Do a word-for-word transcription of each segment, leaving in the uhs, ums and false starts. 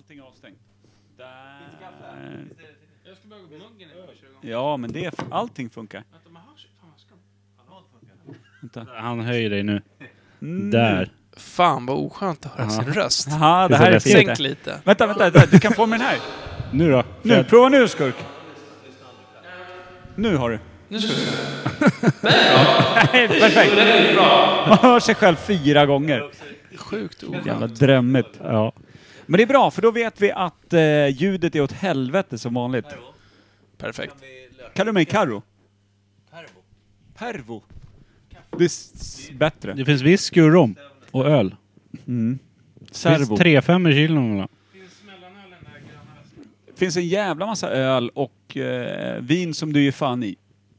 allting avstängt. Där. Finns det kaffe? Jag ska bara gå på muggen när jag kör igång. Ja, men det är allting funkar. Vänta, man hörs. Fan, vad ska... Vänta. Han höjer dig nu. Mm. Där. Fan vad oskönt att höra sin röst. Jaha, det här är Sänk fint. lite. Vänta, vänta, vänta, du kan få med den här. Nu då? Nu, prova nu, skurk. Nu har du. Nu ska vi... Nej, perfekt. Man hör sig själv fyra gånger. Sjukt oskönt. Jävla drömmigt. Ja. Men det är bra, för då vet vi att eh, ljudet är åt helvete som vanligt. Perfekt. Kallar du mig Karo? Pervo. Pervo. Det är s- bättre. Det finns whisky och rom. Och öl. Mm. Det Servo. finns tre fem kilon. Det finns en jävla massa öl och eh, vin som du ger fan i.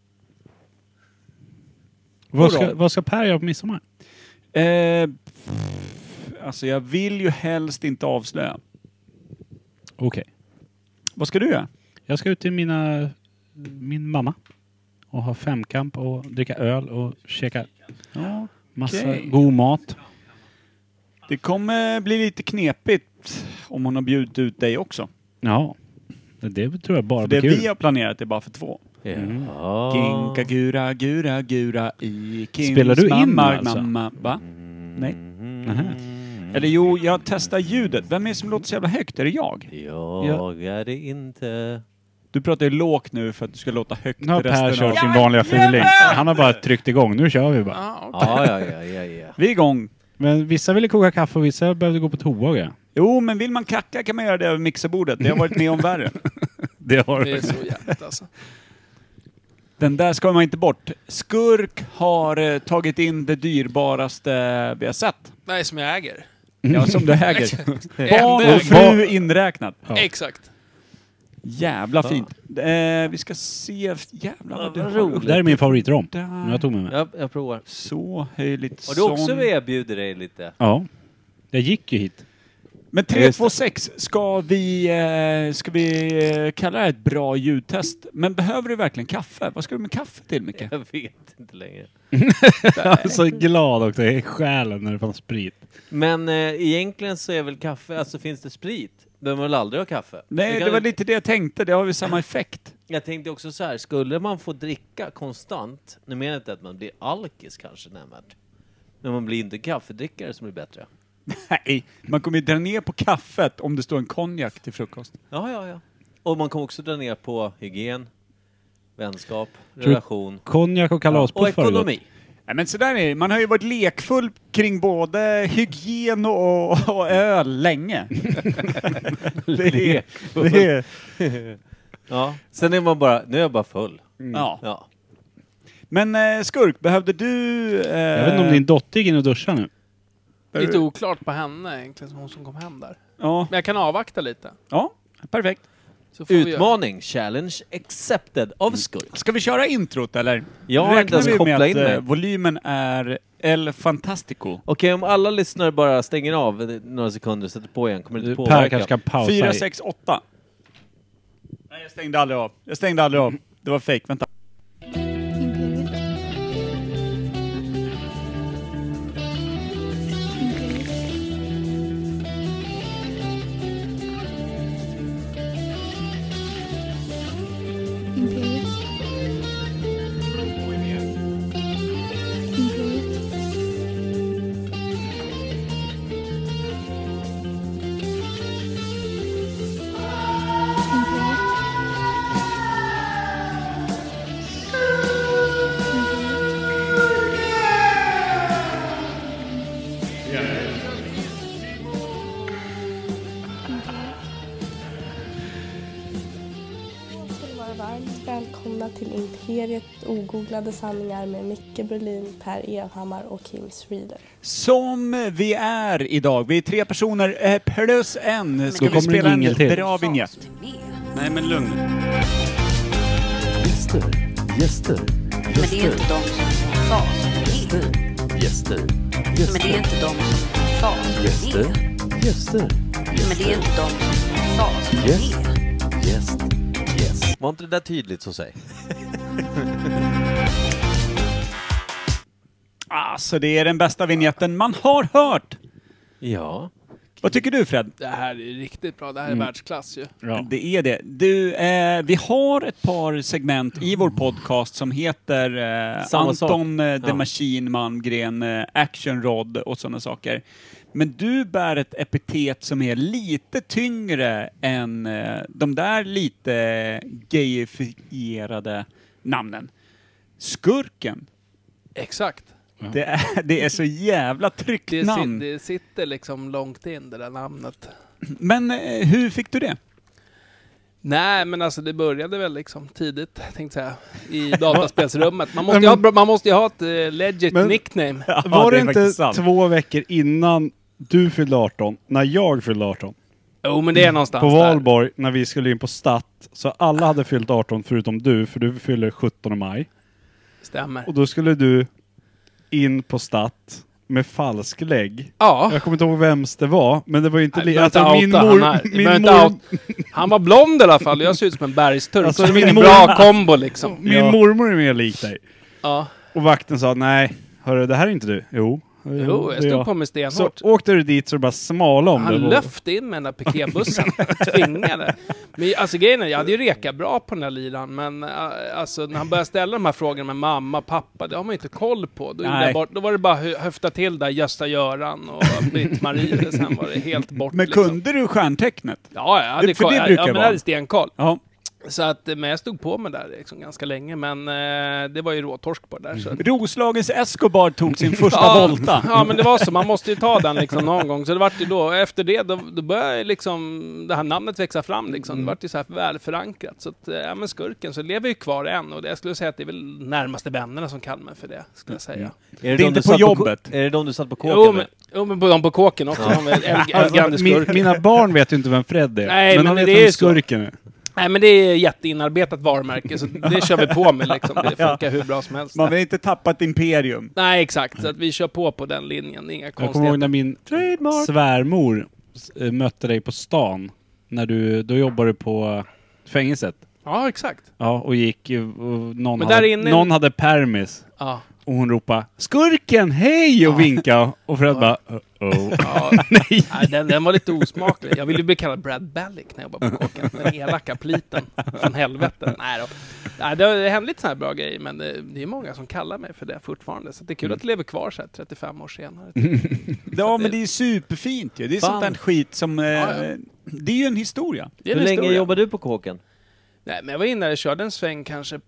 Vad ska, vad ska Per göra på midsommar? Eh, alltså jag vill ju helst inte avslöja. Okej. Okay. Vad ska du göra? Jag ska ut till mina, min mamma. Och ha femkamp och dricka öl och käka Ja, massa okej. god mat. Det kommer bli lite knepigt om hon har bjudit ut dig också. Ja. Det tror jag bara För blir det kul. vi har planerat är bara för två. Mm. Ja. Kinka gura gura gura i Kims Spelar du in mamma, alltså? mamma. Va? Nej. Nähä. Eller jo, jag testar ljudet. Vem är det som låter så jävla högt? Är det jag? Jag är det inte. Du pratar ju lågt nu för att du ska låta högt Nu har Per resten av... kört sin vanliga feeling. Han har bara tryckt igång. Nu kör vi bara. Ah, okay. Ja, ja, ja, ja, ja. Vi är igång. Men vissa ville koka kaffe och vissa behövde gå på toa. Ja. Jo, men vill man kacka kan man göra det över mixerbordet. Det har varit med om värre. Det har Det är så jävligt alltså. Den där ska man inte bort. Skurk har eh, tagit in det dyrbaraste vi har sett. Nej, som jag äger. Ja, som du äger. Barn Äger. och fru inräknat. Ja. Exakt. Jävla fint. Eh, vi ska se... Jävlar vad du Vad har roligt. upp Det här är min favoritrom. där. Men jag tog med mig. Jag, jag provar. Så höjligt. Och du också som- erbjuder dig lite. Ja. Jag gick ju hit. Men tre två sex, ska vi, eh, ska vi eh, kalla det här ett bra ljudtest? Men behöver du verkligen kaffe? Vad ska du med kaffe till, Micke? Jag vet inte längre. Jag är så glad också i själen när det fanns sprit. Men eh, egentligen så är väl kaffe, alltså finns det sprit? Behöver man väl aldrig ha kaffe? Nej, kan det var ju- lite det jag tänkte. Det har ju samma effekt. Jag tänkte också så här, skulle man få dricka konstant, nu menar jag inte att man blir alkis kanske nämnvärt. Men man blir inte kaffedrickare som blir bättre. Nej, man kommer ju dra ner på kaffet om det står en konjak till frukost. Ja, ja, ja. Och man kommer också dra ner på hygien, vänskap, du- relation Konjak och och kalaspuffar. ekonomi. Nej, men så där är det. Man har ju varit lekfull kring både hygien och, och öl länge. det är, det är, Ja, sen är man bara, nu är jag bara full. ja. Ja. Men eh, Skurk, behövde du... Eh, Jag vet inte om din dotter gick in och duschade nu. Lite oklart på henne egentligen, som hon som kom hem där. Ja, Men jag kan avvakta lite. ja, perfekt. Så får vi göra. Utmaning, challenge accepted av Skurk. Ska vi köra introt eller? Jag har inte ens vi med kopplat att in mig. eh, volymen är El Fantastico. Okej, om alla lyssnare bara stänger av några sekunder och sätter på igen, kommer det inte Per påverka? kanske kan pausa. fyra i- sex åtta. Nej, jag stängde aldrig av. Jag stängde aldrig av. Det var fake. Vänta. Imperiet. Imperiet. Imperiet. Imperiet. Ska ni vara varmt välkomna till Imperiet ogooglade sanningar med Micke Berlin, Per Evhammar och Kim Reader. Som vi är idag. Vi är tre personer eh, plus en. Ska Då vi kommer spela en en jingel till. bra vignett? Nej, men lugn. Gäster, gäster, Men det är inte de som sa som det är. gäster, Men det är gäster, inte de som sa som det gäster, är. gäster, Men det är inte de som sa som det Gäst. är. gäst, gäst. Var inte det där tydligt så säg? Alltså, det är den bästa vignetten man har hört. Ja. Vad tycker du, Fred? Det här är riktigt bra. Det här är Mm. världsklass ju. Ja. Det är det. Du, eh, vi har ett par segment i vår podcast som heter eh, Samma sak. Anton eh, The Ja. Machine Malmgren, eh, Action Rod och sådana saker. Men du bär ett epitet som är lite tyngre än eh, de där lite gayifierade namnen. Skurken. Exakt. Det är, det är så jävla tryggt Det, namn. sit, det sitter liksom långt in, det där namnet. Men eh, hur fick du det? Nej, men alltså det började väl liksom tidigt, tänkte jag, i dataspelsrummet. Man måste ju ha, man måste ju ha ett uh, legit Men- nickname. Ja, Var det är inte faktiskt sant. två veckor innan du fyllde arton, när jag fyllde arton? Jo, men det är någonstans På där. Valborg, när vi skulle in på Stat, så alla hade fyllt arton förutom du, för du fyller sjuttonde maj. Stämmer. Och då skulle du in på Stat med falsklägg. Ja. Jag kommer inte ihåg vems det var, men det var ju inte... Nej, li- du behöver alltså, inte min outa mor... han här. Du Min behöver inte mor... outa. Han var blond i alla fall, jag ser ut som en bergsturk. Alltså, Så det var min en mor- bra kombo liksom. Min Ja. mormor är mer lik dig. Ja. Och vakten sa, nej, hörru, det här är inte du. Jo. Jo, jag det är stod på mig Så stenhårt. åkte du dit så det bara smala om Han det. var- löfte in med den där piketbussen. Tvingade. Men alltså grejen är, jag hade ju reka bra på den där liran, men äh, alltså när han började ställa de här frågorna med mamma, pappa, det har man ju inte koll på. Då, gjorde Nej. jag bara, då var det bara hö- höfta till där Gösta-Göran och Britt-Marie, sen var det helt bort. Men liksom. kunde du stjärntecknet? Ja, jag hade För koll. det Ja, brukar ja, men vara. jag hade stenkoll. Ja. Så att, men jag stod på mig där liksom ganska länge, men eh, det var ju råtorsk på det där. Så. Roslagens Escobar tog sin första Ja, volta. ja, men det var så. Man måste ju ta den liksom någon gång. Så det vart ju då, efter det, då, då började liksom det här namnet växa fram liksom. Det vart ju så här välförankrat. Så att, ja men skurken så lever ju kvar än. Och det, jag skulle säga att det är väl närmaste vännerna som kallar mig för det, skulle jag säga. Är Det är de inte du på satt jobbet. Ko- är det de du satt på kåken Jo men, med? jo, men på dem på kåken också. De är äl- älgande Min, skurken. mina barn vet ju inte vem Fred är. Nej, men men de vet det är vem ju så. skurken är. Nej men det är jätteinarbetat varumärke. Så det kör vi på med liksom. Det funkar hur bra som helst. Man vill inte tappa ett imperium. Nej exakt. Så att vi kör på på den linjen. Inga Jag kommer ihåg konstigheter. när min svärmor äh, mötte dig på stan. När du, då jobbade du på fängelset. Ja exakt. Ja, och gick eh, och någon, Men där hade, inne- någon hade permis. Ja. Och hon ropade skurken, hej! Och vinkade. Och Fred bara, oh. Ja, nej. Den, den var lite osmaklig. Jag ville ju bli kallad Brad Ballick när jag jobbade på kåken. Den elaka pliten från helvete. Nej då. Nej, det har hänt lite sådana här bra grejer, men det, det är många som kallar mig för det fortfarande. Så det är kul att det lever kvar så här trettiofem år senare. Ja, men det är superfint ju. Det är Fan. sånt där skit som... Eh, Ja, ja. Det är ju en historia. Det är Hur en länge historia. jobbar du på kåken? Nej, men jag var inne och körde en sväng kanske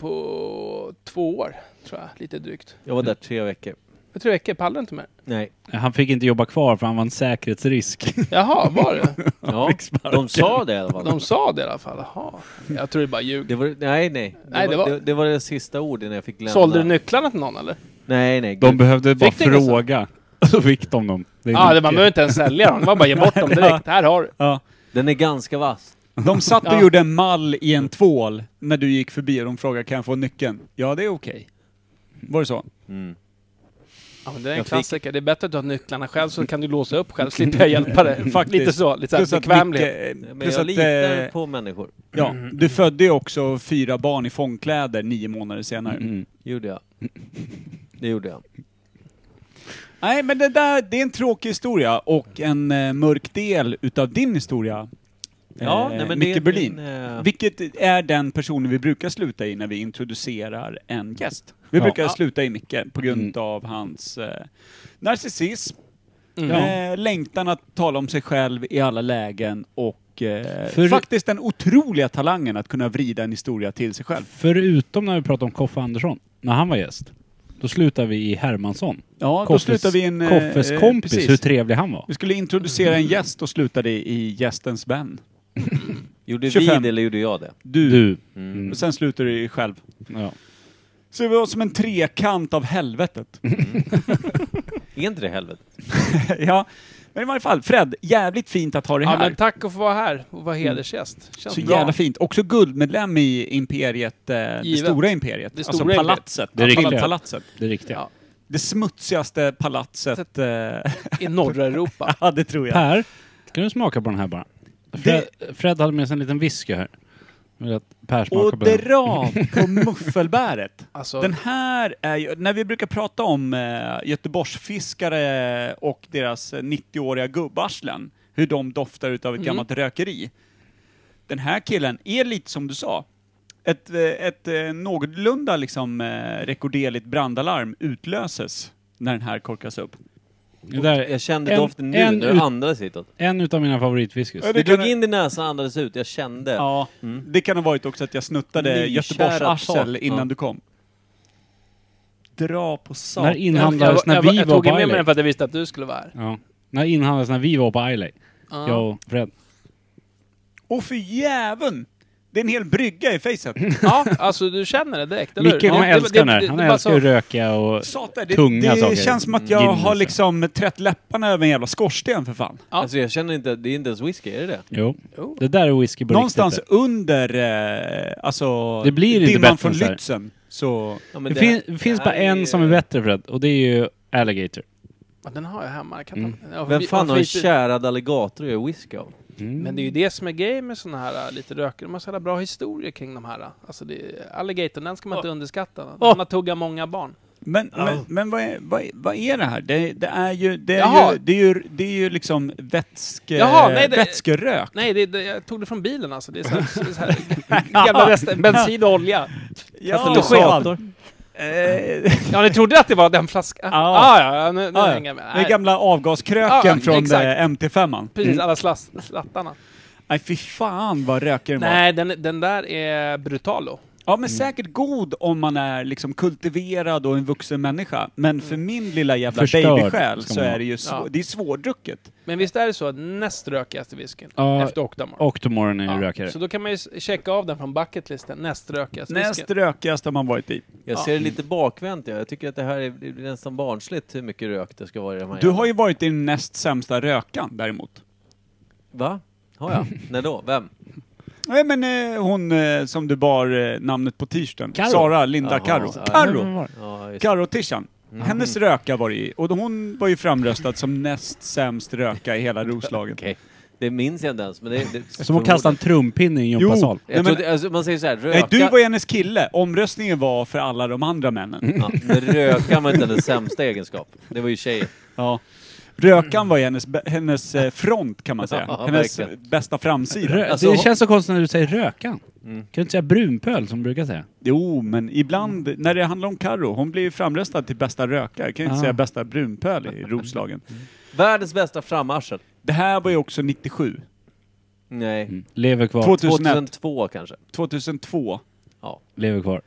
på två år, tror jag. Lite drygt. Jag var där tre veckor. Jag tror jag pallar inte mer. Nej. Han fick inte jobba kvar för han var en säkerhetsrisk. Jaha, var det? Ja, de sa det i alla fall. De sa det i alla fall. Jaha. Jag tror det bara ljug. Det var, nej, nej. Det, Nej, var, det var- Det, det var det sista ordet när jag fick lämna. Sålde du nycklarna till någon eller? Nej, nej. De gud. behövde bara Fick du inga fråga. Så fick de dem. Det är Ja, ah, det mycket. man behöver inte ens sälja dem. Det var bara ge bort dem direkt. Här har du. Ja. Den är ganska vass. De satt och Ja. gjorde en mall i en tvål när du gick förbi och de frågade kan jag få nyckeln? Ja, det är okej. Var det så? Mm. Ja, men det är en Jag fick- klassiker. Det är bättre att du har nycklarna själv så kan du låsa upp själv. Slipper jag hjälpa dig. Faktiskt. Lite så. Lite Plus så att bekvämlighet. Micke- Men plus jag att, litar eh, på människor. ja, du födde ju också fyra barn i fångkläder nio månader senare. Mm. Gjorde jag. Det gjorde jag. Nej, men det där, det är en tråkig historia och en eh, mörk del utav din historia. Ja, eh, nej, men Micke det är Berlin. min, eh, Vilket är den personen vi brukar sluta i när vi introducerar en gäst. Vi Ja. brukar Ja. sluta i Micke på grund Mm. av hans eh, narcissism, Mm. eh, längtan att tala om sig själv i alla lägen och eh, För- faktiskt den otroliga talangen att kunna vrida en historia till sig själv. Förutom när vi pratade om Koffe Andersson, när han var gäst. Då slutade vi i Hermansson. Ja, då Koffes- slutar vi en... eh, Koffes eh, kompis, precis. hur trevlig han var. Vi skulle introducera en gäst och slutade i gästens vän. Gjorde tjugofem. vi det eller gjorde jag det? Du. Du. Mm. Och sen slutar du i själv. Ja. Så det var som en trekant av helvetet. Är inte det helvete? Ja, men i varje fall, Fred, jävligt fint att ha dig Ja, här. men tack att få vara här och vara hedersgäst. Känns Så bra. jävla fint. Också guldmedlem i imperiet, eh, det Givet. stora imperiet. Det alltså stora palatset. Det riktiga. Alltså palatset. Det är riktigt. Ja, Det smutsigaste palatset. Eh, i norra Europa. ja, det tror jag. Per, kan du smaka på den här bara? Fred, Fred hade med sig en liten whisky här. Jag vill att Per smakar Och på den. dra på muffelbäret. Alltså, Den här är ju, när vi brukar prata om eh, Göteborgsfiskare och deras eh, nittioåriga gubbarslen, hur de doftar utav ett Mm. gammalt rökeri. Den här killen är lite som du sa. Ett, eh, ett eh, någorlunda liksom, eh, rekorderligt brandalarm utlöses när den här korkas upp. Det där, Jag kände en- doften nu en när ut- du andades hitåt. en utav mina favoritwhiskys. Ja, Du kan- drog in din näsa och andades ut, jag kände. Ja, Mm. det kan ha varit också att jag snuttade Nykära Göteborgs arsel tak. innan Ja. du kom. Dra på När sak. inhandlades jag, när jag, vi jag var tog på med mig den Islay. för att jag visste att du skulle vara här. Ja. När inhandlades när vi var på Islay. Ja. Jag och Fred. Och för jäveln! Det är en hel brygga i facet. Ja, alltså du känner det direkt, eller hur? Micke kommer Ja, det- älska den det- här. det- Han det bara älskar så- att röka och Satan, det, tunga det saker. känns som att jag Guinness, har ja. liksom trätt läpparna över en jävla skorsten för fan. Ja. Alltså jag känner inte, det är inte ens whisky, är det det? Jo. Jo. Det där är whisky på Någonstans riktigt. under, eh, alltså, Det blir inte dimman bättre från än så här. Lützen. Så, Ja, men Det, fin, det finns det bara här är- en som är bättre, Fred. Och det är ju Alligator. Ja, den har jag hemma. Jag kan Mm. ta, ja, Vem vi- fan varför har en inte- kärad alligator och gör whisky av? Mm. Men det är ju det som är grejen med såna här äh, lite röker. De har så jävla bra historier kring de här. äh. Alltså det, alligatorn, den ska man inte underskatta. Den har tuggat många barn. men men, men vad, är, vad, är- vad är det här? Det, det är ju, det är Jaha. ju, det är ju, det är ju liksom vätske, Jaha, nej, det- vätskerök. Nej, det, det, jag tog det från bilen alltså. Det är så här, så så här gamla rester, bensin och olja. Katalysator. Eh, Ja, ni trodde att det var den flaskan? Ja. Ah, ja, ja, nu, nu ja, hänger jag med. den Nej, gamla avgaskröken Ja, från exakt. eh, M T fem. precis, Mm. alla slass, slattarna. Nej, fy fan vad röker den var. Nej, den, den där är brutalo. Ja, men säkert god om man är liksom kultiverad och en vuxen människa. Men för min lilla jävla Förstörd babysjäl ska så man är vara. det ju svår, Ja. det är svårdrucket. Men visst är det så att näst rökigaste whiskyn Ja, efter Octomore? Octomore är Ja, rökare. så då kan man ju s- checka av den från bucketlisten. Näst rökigaste Näst whiskyn. rökigast har man varit i. Jag ser det lite bakvänt. Ja. Jag tycker att det här är, det blir nästan barnsligt hur mycket rök det ska vara i de här. Du har ju varit i den näst sämsta rökan däremot. Va? Har jag? När då? Vem? Nej men eh, hon eh, som du bar eh, namnet på t-shirten. Karo. Sara Linda Jaha, Karo. ja. Karo! Ja, just. Karo Tishan. Hennes röka var det i. Och hon var ju framröstad som näst sämst röka i hela Roslagen. Okej. Det minns jag inte ens. Men det, det, Som att kasta en trumpinne i en Jo. gympasal. Jag Nej, men- trodde, alltså, man säger så här, röka... Nej, du var ju hennes kille. Omröstningen var för alla de andra männen. Ja, men röka var inte hennes sämsta egenskap. Det var ju tjejer. Ja. Rökan var ju hennes, be- hennes eh, front kan man säga. Ja, Hennes verkligen. eh, bästa framsida. Rö- Alltså, det känns så konstigt när du säger rökan. Mm. Kan du inte säga brunpöl som du brukar säga? Jo, men ibland när det handlar om Karo, hon blir ju framröstad till bästa rökare. Kan ju inte Ah. säga bästa brunpöl i Roslagen. Världens bästa framarsel. Det här var ju också nittiosju. Nej. Mm. Lever kvar. tvåtusenett. tvåtusentvå kanske. tvåtusentvå. Ja. Lever kvar.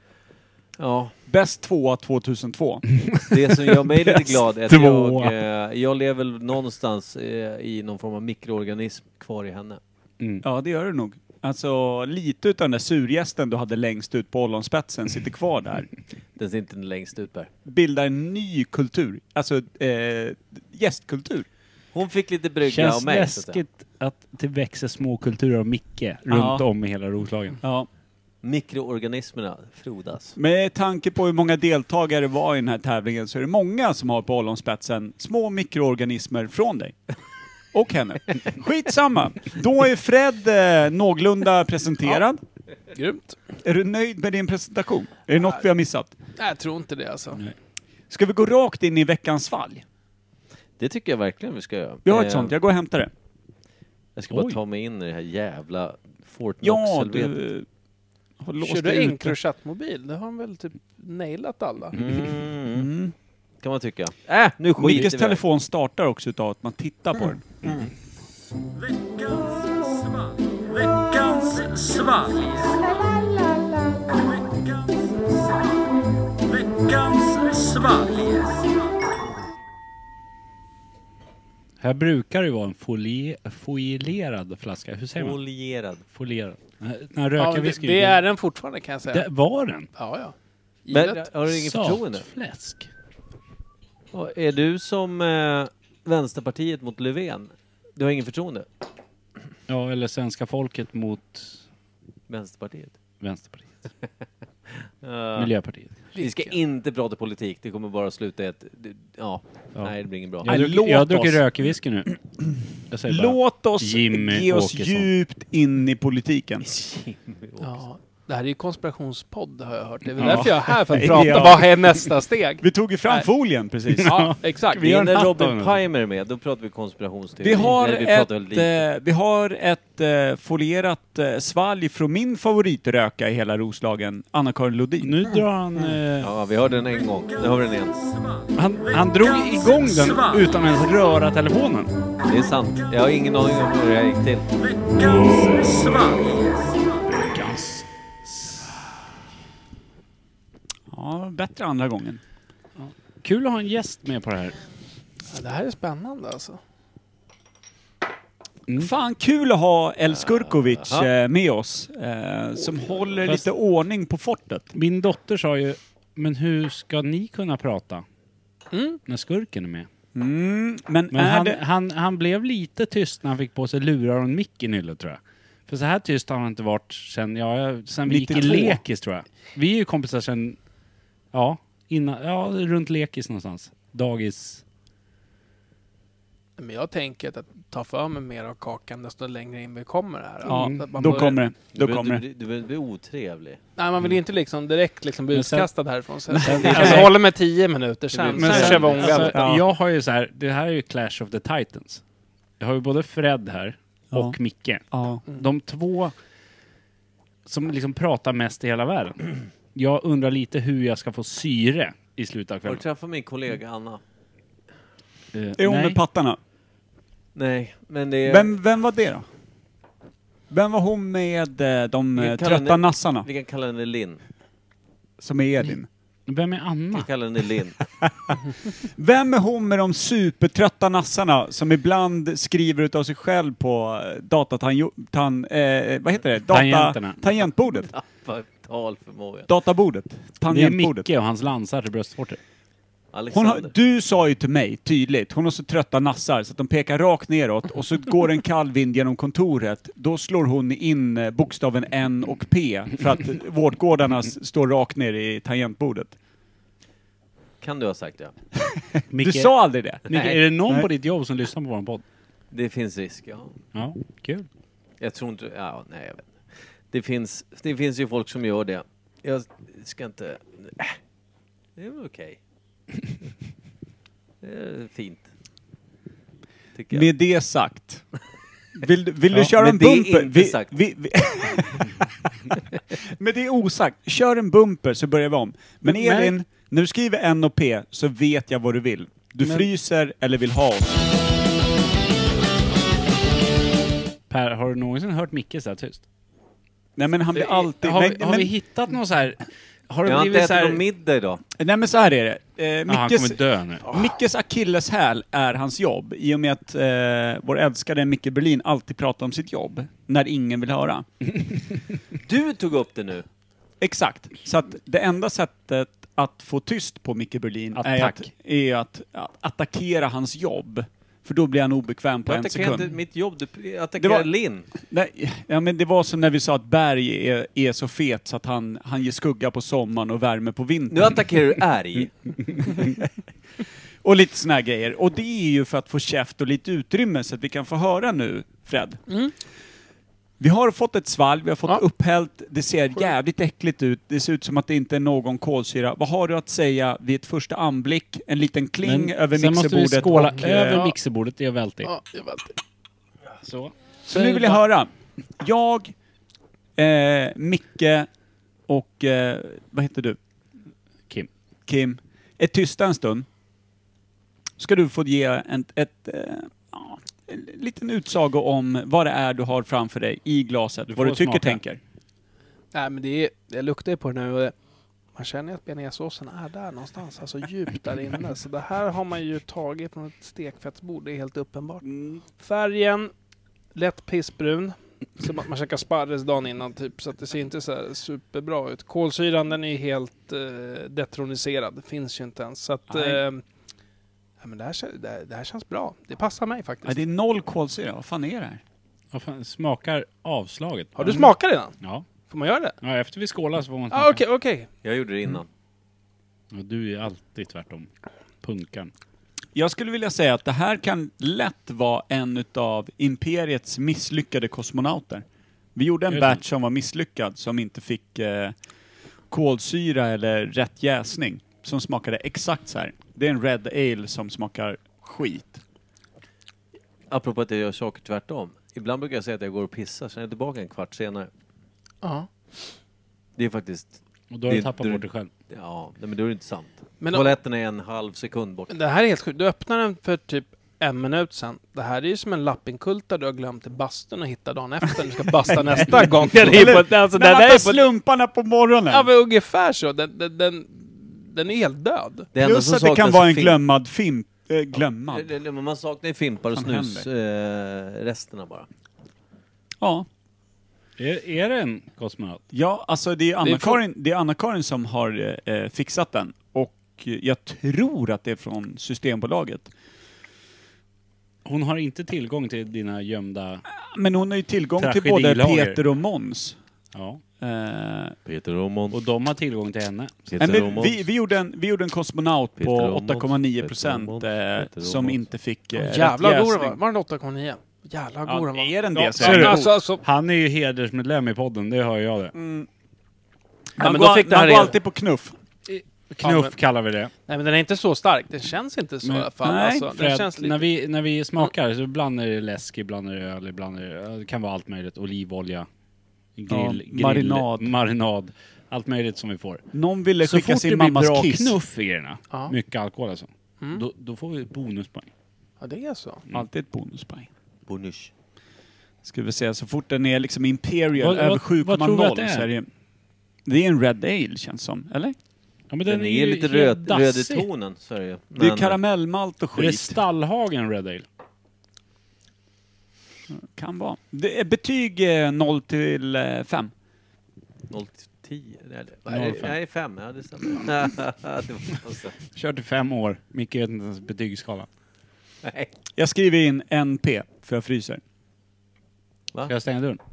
Ja. Bäst tvåa tvåtusentvå. Det som gör mig lite Bäst glad är att tvåa. jag, eh, jag lever väl någonstans eh, i någon form av mikroorganism kvar i henne. Mm. Ja, det gör det nog. Alltså, lite utav den där surgästen du hade längst ut på ollonspetsen sitter kvar där. Den ser inte längst ut där. Bildar en ny kultur. Alltså, eh, gästkultur. Hon fick lite brygga Känns av mig. så att säga. läskigt att det växer små kulturer av Micke runt om i hela Roslagen. Ja. Mikroorganismerna frodas. Med tanke på hur många deltagare var i den här tävlingen så är det många som har på ollonspetsen små mikroorganismer från dig. Och henne. Skitsamma. Då är Fred eh, någorlunda presenterad. Grymt. Är du nöjd med din presentation? Är det något vi har missat? Nej, jag tror inte det alltså. Ska vi gå rakt in i veckans svalg? Det tycker jag verkligen vi ska göra. Vi har ett Eh, sånt, jag går och hämtar det. Jag ska bara Oj. ta mig in i det här jävla Fort Ja, Knox-helvetet. du har låst Kör du dig ute. Encrochat-mobil? Det har han väl typ nailat alla. Mm, Mm. kan man tycka. Äh, nu skiter Mickes vi i det. telefon startar också utav att man tittar på den. Här brukar det ju vara en folie, foilerad flaska. Hur säger man? Folierad. Folierad. Den här Ja, röka det, whisky. det är den fortfarande kan jag säga. Det var den. Ja, ja. Men Givet. har du ingen förtroende? Satfläsk. Och är du som eh, Vänsterpartiet mot Löfven? Du har ingen förtroende? Ja, eller svenska folket mot Vänsterpartiet? Vänsterpartiet. Uh, Miljöpartiet. vi ska inte prata politik. Det kommer bara sluta i ett... det- Ja, Ja. nej det blir inget bra. Jag har Nej, druckit, låt jag har druckit oss. rökig whisky nu. Jag säger bara. Låt oss Jimmy ge oss Åkesson. djupt in i politiken. Ja. Det här är ju konspirationspodd har jag hört. Det är väl Ja. därför jag är här för att prata. Ja. Vad är nästa steg? Vi tog ju fram Nej. folien precis. Ja, exakt. Vi har När en hatt Robin av den. Pimer är med, då pratar vi konspirationsteori. Vi har, Nej, vi pratar ett, väl lite. eh, vi har ett eh, folierat eh, svalg från min favoritröka i hela Roslagen, Anna-Karin Lodin. Nu drar han... Eh, Ja, vi hörde den en gång. Nu har vi den igen. han, han drog igång den utan ens röra telefonen. Det är sant. Jag har ingen aning om hur det här gick till. Ja, bättre andra gången. Kul att ha en gäst med på det här. Ja, det här är spännande alltså. Mm. Fan, kul att ha El Skurkovic Aha. eh, med oss, eh, som håller Fast- lite ordning på fortet. Min dotter sa ju, men hur ska ni kunna prata Mm. när skurken är med? Mm, men Men är han, det... han, han blev lite tyst när han fick på sig lurar och en mick i nyllet, tror jag. För så här tyst har han inte varit sen, ja, sen vi gick i nittiotvå. lekis, tror jag. Vi är ju kompisar sen, ja, innan, ja, runt lekis någonstans. Dagis. Men jag tänker att ta för mig mer av kakan desto längre in vi kommer här. Ja, Så att man då börjar- kommer det. Du Då vill- kommer du, det. du vill bli otrevlig. Nej, man vill ju inte liksom direkt liksom bli Men sen- utkastad härifrån. Så sen- jag kanske håller med tio minuter sen. Men sen, sen, kör vi omvänt. alltså, Ja. jag har ju så här, det här är ju Clash of the Titans. Jag har ju både Fred här och Ja. Micke. Ja. De två som liksom pratar mest i hela världen. Jag undrar lite hur jag ska få syre i slutet av Har du kvällen. träffat min kollega Anna? Eh, Är hon nej. med pattarna? Nej, men det är... Vem, vem var det då? Vem var hon med eh, de Vi eh, kallar trötta henne- nassarna? Vi kan kalla henne Linn. Som är Edin. Vem är Vi Anna? kan kalla henne Linn. Vem är hon med de supertrötta nassarna som ibland skriver utav sig själv på eh, datatan... Tan, eh, vad heter det? Data, Tangenterna. tangentbordet. Tappa talförmågan. Databordet. Det är Tangentbordet. Micke och hans lansar till bröstvorter. Hon Alexander. har, du sa ju till mig tydligt, hon har så trötta nassar så att de pekar rakt neråt och så går en kall vind genom kontoret. Då slår hon in eh, bokstaven N och P för att vårdgårdarna s- står rakt ner i tangentbordet. Kan du ha sagt det? Micke, Du sa aldrig det? Micke, är det någon Nej. på ditt jobb som lyssnar på vår podd? Det finns risk, ja. Ja, kul. Jag tror inte... Ja, nej, jag vet inte. Det finns, det finns ju folk som gör det. Jag ska inte... Äh, det är väl okej. Det är fint. Tycker jag. Med det sagt. Vill, du- vill du Ja, köra med en det bumper? inte Vi, sagt. vi, vi Med det osagt, kör en bumper så börjar vi om. Men Men- Elin, när du skriver N och P så vet jag vad du vill. Du Men- fryser eller vill ha oss. Per, har du någonsin hört Micke så här tyst? Nej men han blir Det- alltid... Har, nej, vi, har men, vi hittat någon så här... Har det Jag har inte blivit ätit så här... någon middag idag. nej men så här är det. Eh, Ah, han Mickes, kommer dö nu. Mickes akilleshäl är hans jobb. I och med att eh, vår älskade Micke Berlin alltid pratar om sitt jobb. När ingen vill höra. Du tog upp det nu. Exakt. Så att det enda sättet att få tyst på Micke Berlin är att, Attack. är att, att attackera hans jobb. För då blir han obekväm på Jag en attackerar sekund. inte mitt jobb. Du Det attackerar var- Linn. Nej, ja, men det var som när vi sa att Berg är, är så fet så att han, han ger skugga på sommaren och värme på vintern. Nu attackerar du ärg. Och lite såna här grejer. Och det är ju för att få käft och lite utrymme så att vi kan få höra nu, Fred. Mm. Vi har fått ett svalg, vi har fått Ja. upphällt, det ser jävligt äckligt ut, det ser ut som att det inte är någon kolsyra. Vad har du att säga vid ett första anblick? En liten kling Men över sen måste vi mixerbordet skåla och, eh, över ja. mixerbordet, det är väldigt. Ja, jag vet inte. Så. Så nu vill jag höra. Jag, eh, Micke och, eh, vad heter du? Kim. Kim. Är tysta en stund. Ska du få ge en, ett, eh, ja, en liten utsago om vad det är du har framför dig i glaset. Du Vad får du tycker, smaka. tänker. Nej, men det är, jag luktar ju på det nu och det, man känner att bearnaisesåsen är där någonstans, alltså djupt där inne. Så det här har man ju tagit från ett stekfettsbord, det är helt uppenbart. Färgen, lätt pissbrun. Som att man käkar sparris dagen innan typ, så att det ser inte så här superbra ut. Kolsyran, den är helt eh, detroniserad, det finns ju inte ens. Så att, eh, Nej. ja, men det, här, kän- det, här, det här känns bra, det passar mig faktiskt. Ja, det är noll kolsyra, vad fan är det här? Vad fan, smakar avslaget. Har du smakat redan? Ja. Får man göra det? Ja, efter vi skålar så får man smaka. Ah, okej, okej. Jag gjorde det innan. Ja, du är alltid tvärtom. Punkan. Jag skulle vilja säga att det här kan lätt vara en utav Imperiets misslyckade kosmonauter. Vi gjorde en Just batch som var misslyckad, som inte fick eh, kolsyra eller rätt jäsning. Som smakade exakt så här. Det är en Red Ale som smakar skit. Apropå att jag gör saker tvärtom. Ibland brukar jag säga att jag går och pissar, sen är jag tillbaka en kvart senare. Ja. Det är faktiskt... Och då har du det- tappat det- bort dig själv. Ja, nej, men då är det inte sant. Men Toaletten är en halv sekund bort. det här är helt sjukt. Du öppnar den för typ en minut sen. Det här är ju som en lappinkulta du har glömt i bastun och hittar dagen efter. Du ska basta nästa gång. Det är på, alltså, den Men är att på, slumparna på morgonen! ja, men ungefär så. Den, den, den, den är helt död. Det enda Plus som att det kan saknas vara är en fimp. glömmad fimp. Äh, glömmad. Det- det- Man saknar ju fimpar och Fan snus eh, resterna bara. Ja. Är, är det en kosmonaut? Ja, alltså det är Det är Anna-Karin, det är Anna-Karin som har eh, fixat den. Och jag tror att det är från Systembolaget. Hon har inte tillgång till dina gömda... Men hon har ju tillgång till både Tragedilager. Peter och Måns. Ja. Eh, Peter och Måns. Och de har tillgång till henne. Nej, men vi, vi, gjorde en, vi gjorde en kosmonaut Peter på och åtta komma nio procent Måns, eh, Peter och som Måns. inte fick eh, Oh, rätt jävlar god den jäsning. var. Var den åtta komma nio? Jävlar god den Ja, var. är den det Ja, så ser är du? det alltså, alltså, Han är ju hedersmedlem i podden, det hör jag det. Mm. Ja, Man, men då går, fick det man här går reda- alltid på knuff. Knuff Ja, men- kallar vi det. nej men den är inte så stark. Den känns inte så Men- i alla fall. nej, Alltså, För den att känns lite... när, vi, när vi smakar så ibland är det läsk, ibland är det öl, ibland är det, det kan vara allt möjligt. Olivolja, grill, Ja, grill marinad. marinad. Allt möjligt som vi får. Någon ville Så skicka fort sin det blir mammas bra kiss. knuff i grejerna, Ja. mycket alkohol alltså, Mm. då, då får vi bonuspoäng. Ja, det är så. Alltid ett bonuspoäng. Bonus. Ska vi säga, så fort den är liksom Imperial Vad- över vad- sju vad komma tror du noll att det är? så är det... Det är en Red Ale känns som, eller? Ja, men Den, är ju lite helt röd, röd i dassig. tonen, så är det ju. Det är Men- karamellmalt och Är det skit. Stallhagen Red Ale? Kan vara. Det är betyg eh, noll till fem. noll till tio. Nej, det- noll nej, fem. nej, fem. Ja, det stämmer. Det var så. Kört i fem år. Micke vet inte ens betygsskala. Nej. Jag skriver in N P för jag fryser. Ska jag stänga dörren?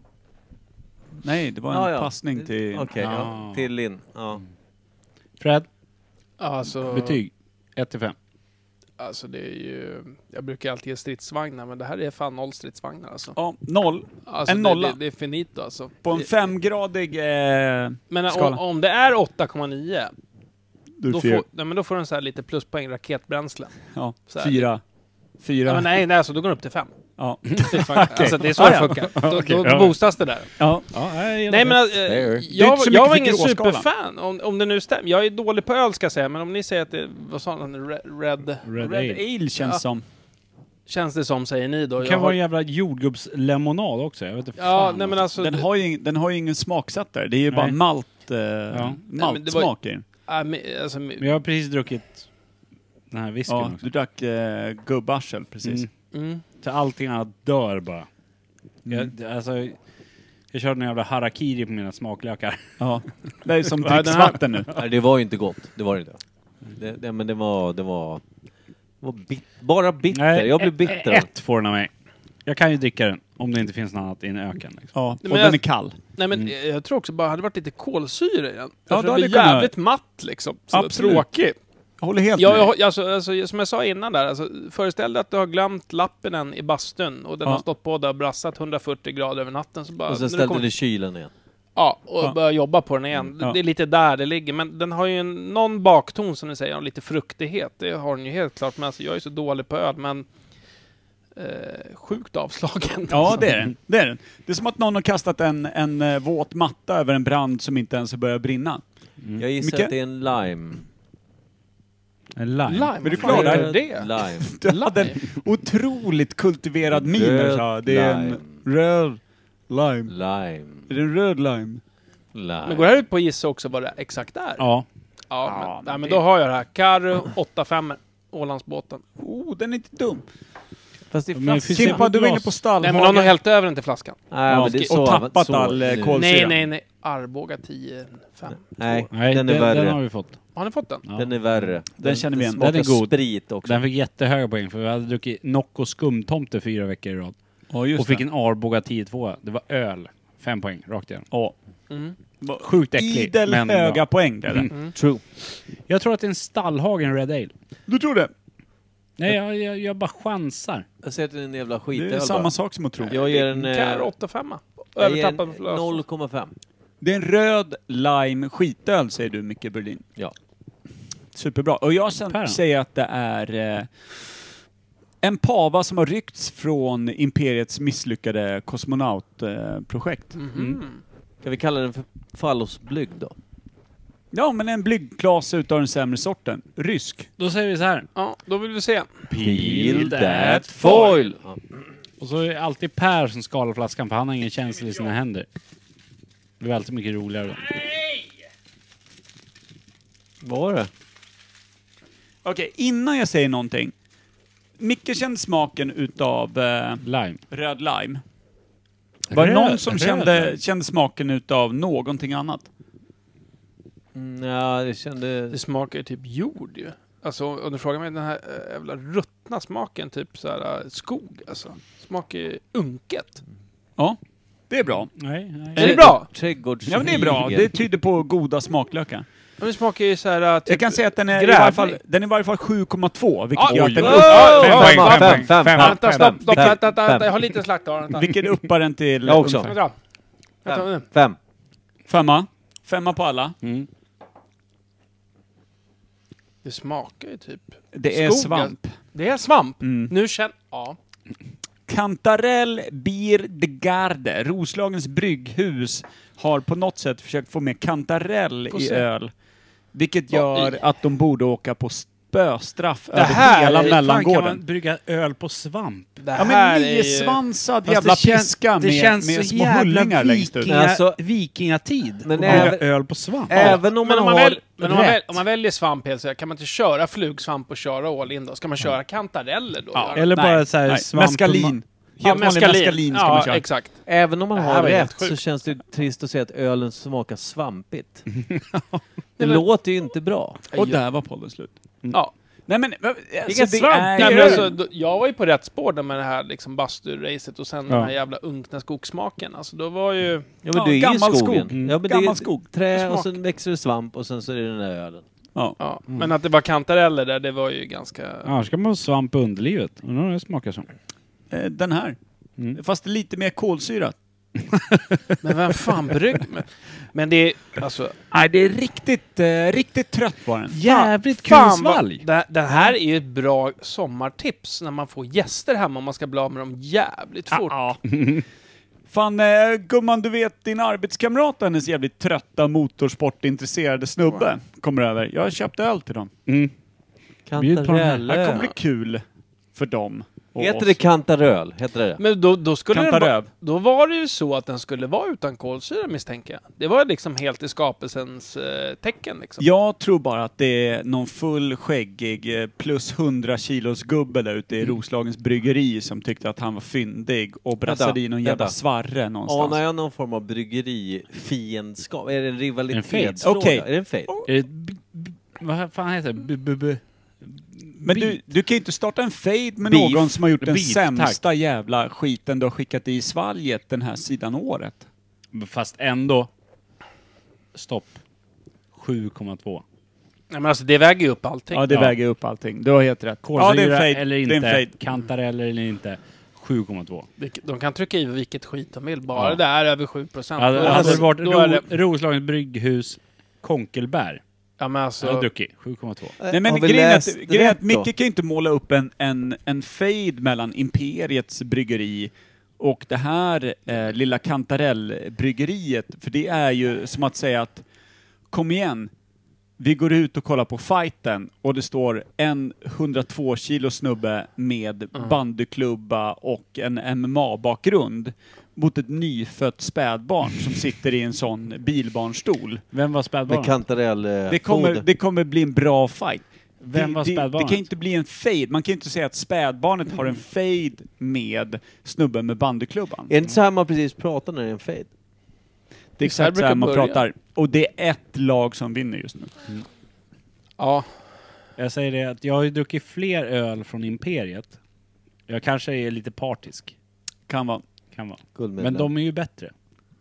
Nej, det var en Ja, ja. passning till... Okej, ja. Ah. Till Linn. Ja. Fred, Alltså, betyg? ett till fem. alltså det är ju... Jag brukar alltid ge stridsvagnar, men det här är fan noll stridsvagnar alltså. Ja, noll. alltså en det, nolla. Det, det är finito alltså. På en Det- femgradig eh, Men skala. om, om det är åtta komma nio, Du då, fyra. får, nej, men då får den så här lite pluspoäng raketbränsle. Ja, så här. fyra. Fyra. Ja, men nej, nej, alltså då går den upp till fem. Ja. Alltså det är så Ah, det ja. funkar. Då, Okej, då ja. boostas det där. Ja. Ja, nej, Nej men äh, Fair. Det är jag, inte så jag var mycket ingen för gråskalan. superfan, om, om det nu stämmer. Jag är dålig på öl ska jag säga, men om ni säger att det, vad sa han, Red, red Red, Red Ale. Ale känns Ja. som. känns det som, säger ni då. Det Jag kan har- vara en jävla jordgubbslemonad också. Jag vet inte Ja, fan nej men alltså... Den det- har ju, ing- den har ju ingen smaksättare. Det är ju bara Nej. malt, eh, men det var- maltsmak i den. äh, men, alltså, Men jag har precis druckit den här whiskyn Ja, också. du drack eh, gubbarsel precis. Mm. mm. Så allting annat dör bara. Mm. Jag, det- alltså, jag körde en jävla harakiri på mina smaklökar. Ja. Det är som Ja, den här- dricksvatten nu. Nej, det var ju inte gott. Det var det inte. Det, det, men det var... Det var, det var bit, bara bitter. Jag blev ett- bitter. Ett får den av mig. Jag kan ju dricka den om det inte finns något annat i en öken. Liksom. Ja, och Men den jag- är kall. Nej men Mm. jag tror också bara, hade det varit lite kolsyra i den. Ja, Ja, då det hade blir det kunnat- jävligt matt liksom. Så Absolut. tråkigt. Jag håller helt Ja, med. jag, alltså, alltså, som jag sa innan där, alltså, föreställ dig att du har glömt lappen än i bastun och den Ja. har stått på där och brassat hundraförtio grader över natten. Så bara, Och sen när du ställde kommer- det i kylen igen. Ja, och Ja. börja jobba på den igen. Ja. Det är lite där det ligger. Men den har ju en, någon bakton som ni säger, och lite fruktighet. Det har den ju helt klart. Men alltså, jag är så dålig på öl, men eh, sjukt avslagen. Ja, det är den. Det är den. Det är som att någon har kastat en, en eh, våt matta över en brand som inte ens har börjat brinna. Jag gissar Micke? att det är en lime. En lime. Lime, Men du vad fan klarar är det? Lime. Du hade en otroligt kultiverad min när du sa det är en Lime. röd lime. Lime. Är det en röd lime? Lime. Men går det här ut på att gissa också vad det exakt är? Ja. Ja, men, Ja, nej, men men det- då har jag det här. Karro åtta fem, Ålandsbåten. Oh, den är inte dum. Fast det är Men flask. finns det Kimpa, du var inne glas? på Nej, stallhagen. men någon har hällt över den till flaskan. Nej, men det är så, och tappat så, all, eh, kol- Nej, syra. nej, nej. Arboga tio fem. Nej, Nej, den är den, värre. den har vi fått. Har ni fått den? Ja. Den är värre. Den känner vi igen. smakar Den är god. sprit också. Den fick jättehöga poäng för vi hade druckit Nocco skumtomte fyra veckor i rad. Ja, just Och fick det. en Arboga tio två. Det var öl. Fem poäng, rakt igen. Ja. Mm. Sjukt äcklig. Idel men höga bra. poäng där. Mm. Mm. True. Jag tror att det är en Stallhagen Red Ale. Du tror det? Nej, jag, jag, jag bara chansar. Jag säger att det är en jävla Det skitöl är samma bara. sak som att tro. Jag ger en... Karro Eh, åtta fem. Jag ger övertappad på noll komma fem. Det är en röd lime skitöl, säger du, Micke Berlin. Ja. Superbra. Och jag sen Per. säger att det är eh, en pava som har ryckts från Imperiets misslyckade kosmonautprojekt. Eh, Mhm. Kan vi kalla den för fallosblygg då? ja, men en blygdklas utav den sämre sorten. Rysk. Då säger vi så här. Ja, då vill vi se. Peel that foil! Ja. Och så är det alltid Per som skalar flaskan, för han har ingen känsla i sina händer. Det blir alltid mycket roligare då. Vad var det? Okej, innan jag säger någonting. Micke kände smaken utav eh, Lime. röd lime. Var det Röd- någon som röd kände, lime. kände smaken utav någonting annat? Mm, ja, det kände... Det smakar ju typ jord ju. Alltså om du frågar mig den här äh, jävla ruttna smaken, typ så här äh, skog alltså. Smakar ju unket. Ja, det är bra. Nej, nej. Är det bra? Trädgårds... Ja, men det är bra. Det tyder på goda smaklökar. Men det smakar ju så här äh, typ Jag kan säga att den är i grävling. varje fall, den är i varje fall sju komma två, vilket Oj, gör att den oj, upp, oj, fem oj, poäng, fem, fem fem, poäng, fem, fem, Vänta, fem, stopp, fem. stopp, Fem, vänta, vänta, vänta. fem. Jag har lite slakt av den. Vilket uppar den till Jag också. ungefär- Vänta. Vänta nu. Fem. Fem. Femma. Femma på alla. Mm. Det smakar ju typ... Det är Skog, svamp. Det är svamp. Mm. Nu känner... Ja. Kantarell Bier de Garde, Roslagens brygghus, har på något sätt försökt få med kantarell Får i se. öl. Vilket Vad gör i? att de borde åka på spöstraff över här hela är- fan, Fan, kan mellangården. man brygga öl på svamp? Det Ja, här men är ju... niosvansad Fast jävla det känns- piska det med, känns med så små jävla hullingar längst ut. vikinga, Men alltså- vikingatid. Men Men brygga även- öl på svamp. Även om Men man om man, har väl, men om man, väl, rätt. om man väljer svamp helt så här, kan man inte köra flugsvamp och köra all in då? Ska man köra kantareller då? Ja, Eller nej, bara så här nej. svamp- Meskalin. Ja, Helt vanlig meskalin ska ja, man köra. exakt. Även om man Det här har var helt rätt så sjukt. känns det trist att säga att ölen smakar svampigt. det men- låter ju inte bra. Och där var podden slut. Ja. Nej men, alltså, Vilken det svamp! är Nej, men ju... alltså, då, jag var ju på rätt spår där med det här liksom basturacet och sen Ja. den här jävla unkna skogssmaken. Alltså då var ju... Ja, men Ja, du är ju i gammal skogen. skog. Mm. Ja, men Gammal det är skog. trä Smak. och sen växer det svamp och sen så är det den där ölen. Ja. Ja. Men att det var kantareller där, det var ju ganska... Annars ska man ha svamp i underlivet. Undrar vad det smakar som. Eh, Den här. Mm. Fast lite mer kolsyrat. Men vem fan brygg... Men, men det är... Alltså... Nej, det är riktigt, eh, riktigt trött var den. Jävligt kul Fan, svalg. vad- det, det här är ju ett bra sommartips när man får gäster hemma. Man ska bli av med dem jävligt fort. Ja. Fan, eh, gumman, du vet din arbetskamrat, hennes jävligt trötta motorsportintresserade snubbe, kommer över. Jag har köpt öl till dem. Mm. Bjud på den här. Det här kommer Kantarell. bli kul för dem. och Heter oss. det kantaröl? Heter det det? Men då, då skulle den Kantaröv. va, då var det ju så att den skulle vara utan kolsyra misstänker jag. Det var liksom helt i skapelsens eh, tecken liksom. Jag tror bara att det är någon full skäggig eh, plus hundra kilos gubbe där ute i Roslagens bryggeri som tyckte att han var fyndig och brassade Vänta, i någon jävla vänta. svarre någonstans. Anar jag någon form av bryggerifiendskap? Är det en rivalitetsfråga? En fade. Är det en fade? Är det b- b- vad fan heter det? B- b- b- Men du, Beat. du kan ju inte starta en fade med Beef. någon som har gjort den Beef, sämsta jävla skiten du har skickat i svalget den här sidan året. Fast ändå. Stopp. sju komma två. Nej, men alltså det väger ju upp allting. Ja, det Ja. väger upp allting. Du har helt rätt. Ja, Kolsyra det är en fade. eller Det är en inte. fade. Kantareller eller inte. sju komma två. Vilket- De kan trycka i vilket skit de vill, bara Ja. det är över sju procent. Hade, hade det varit då är ro, det, Roslagens brygghus Konkelbär. ja, men Jag alltså, hade druckit. sju komma två. Nej, men Har vi grejen är läst att, grejen är att rätt Micke då? kan ju inte måla upp en, en, en fade mellan Imperiets bryggeri och det här eh, lilla kantarellbryggeriet. För det är ju som att säga att kom igen, vi går ut och kollar på fighten och det står en hundratvå kilo snubbe med bandyklubba och en M M A-bakgrund mot ett nyfött spädbarn som sitter i en sån bilbarnstol. Vem var Med spädbarnet? kantarell eh, Det kommer, foder. det kommer bli en bra fight. Vem var det, det, det spädbarnet? kan inte bli en fade. Man kan inte säga att spädbarnet har en fade med snubben med bandyklubban. Är det inte så här man precis pratar när det är en fade? Det är så här exakt så här brukar man börja. pratar. Och det är ett lag som vinner just nu. ja. Jag säger det att jag har ju druckit fler öl från Imperiet. Jag kanske är lite partisk. Kan vara. Kan vara. Guldmedlem. Men de är ju bättre.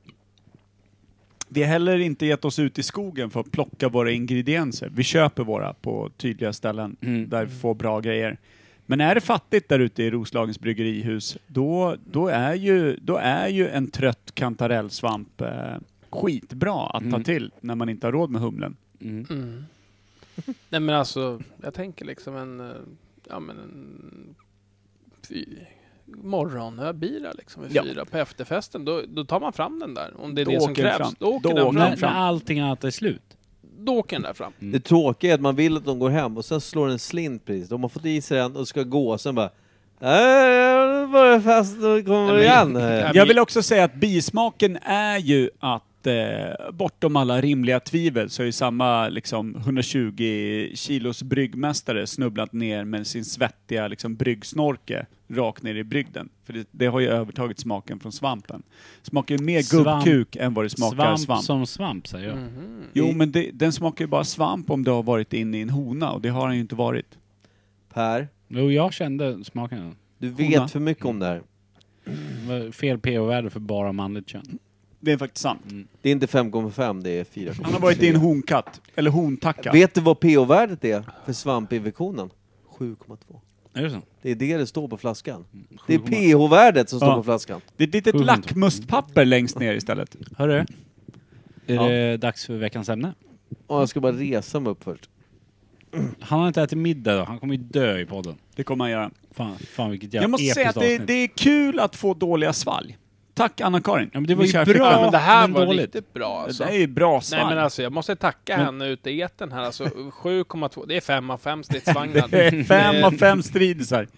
Vi har heller inte gett oss ut i skogen för att plocka våra ingredienser. Vi köper våra på tydliga ställen Mm. där vi får bra grejer. Men är det fattigt där ute i Roslagens bryggerihus, då, då, är, ju, då är ju en trött kantarellsvamp eh, skitbra att ta Mm. till när man inte har råd med humlen. Mm. Mm. Nej men alltså, jag tänker liksom en, eh, ja men en fy, morgonbira liksom vid Ja. fyra på efterfesten. Då, då tar man fram den där. Om det är Då det som åker den krävs. fram. Då åker Då den åker fram. den När, när allting annat är slut. Då åker den där fram. Mm. Det tråkiga är att man vill att de går hem och sen slår en slint precis. De har fått i sig den och ska gå och sen bara äh, bara fast och kommer Nej, igen. men- här. Jag vill också säga att bismaken är ju att eh, bortom alla rimliga tvivel så är ju samma liksom, hundratjugo kilos bryggmästare snubblat ner med sin svettiga liksom, bryggsnorke rakt ner i brygden. För det, det har ju övertagit smaken från svampen. Smakar ju mer Svamp- gubbkuk än vad det smakar Svamp, svamp. som svamp, säger jag. Mhm. Jo, men det, den smakar ju bara svamp om du har varit inne i en hona och det har han ju inte varit. Per, Jo, jag kände smaken. du vet Hona. för mycket om det här. Det var fel pH-värde för bara manligt kön. Det är faktiskt sant. Det är inte fem komma fem, det är fyra komma fyra. Han har varit i en honkatt, eller hontacka. Vet du vad pH-värdet är för svampinfektionen? sju komma två. Är det så? Det är det det står på flaskan. Det är sju komma två. pH-värdet som står Ja. på flaskan. Det är ett litet Sju komma två. lackmustpapper längst ner istället. Hörru, är Ja. det dags för veckans ämne? Och jag ska bara resa mig upp först. Han har inte ätit middag då. Han kommer ju dö i podden. Det kommer han göra. Fan, fan vilket jävla Jag måste säga att episkt det, avsnitt. det är kul att få dåliga svalg. Tack Anna-Karin. Ja, men det var Min ju kära bra. flickvän. Ja, men det här men var dåligt. riktigt bra alltså. Det är ju bra Nej svalg. men alltså jag måste tacka Men- henne ute i etern här alltså. sju komma två, det är fem av fem stridsvagnar. Det är fem av fem stridisar.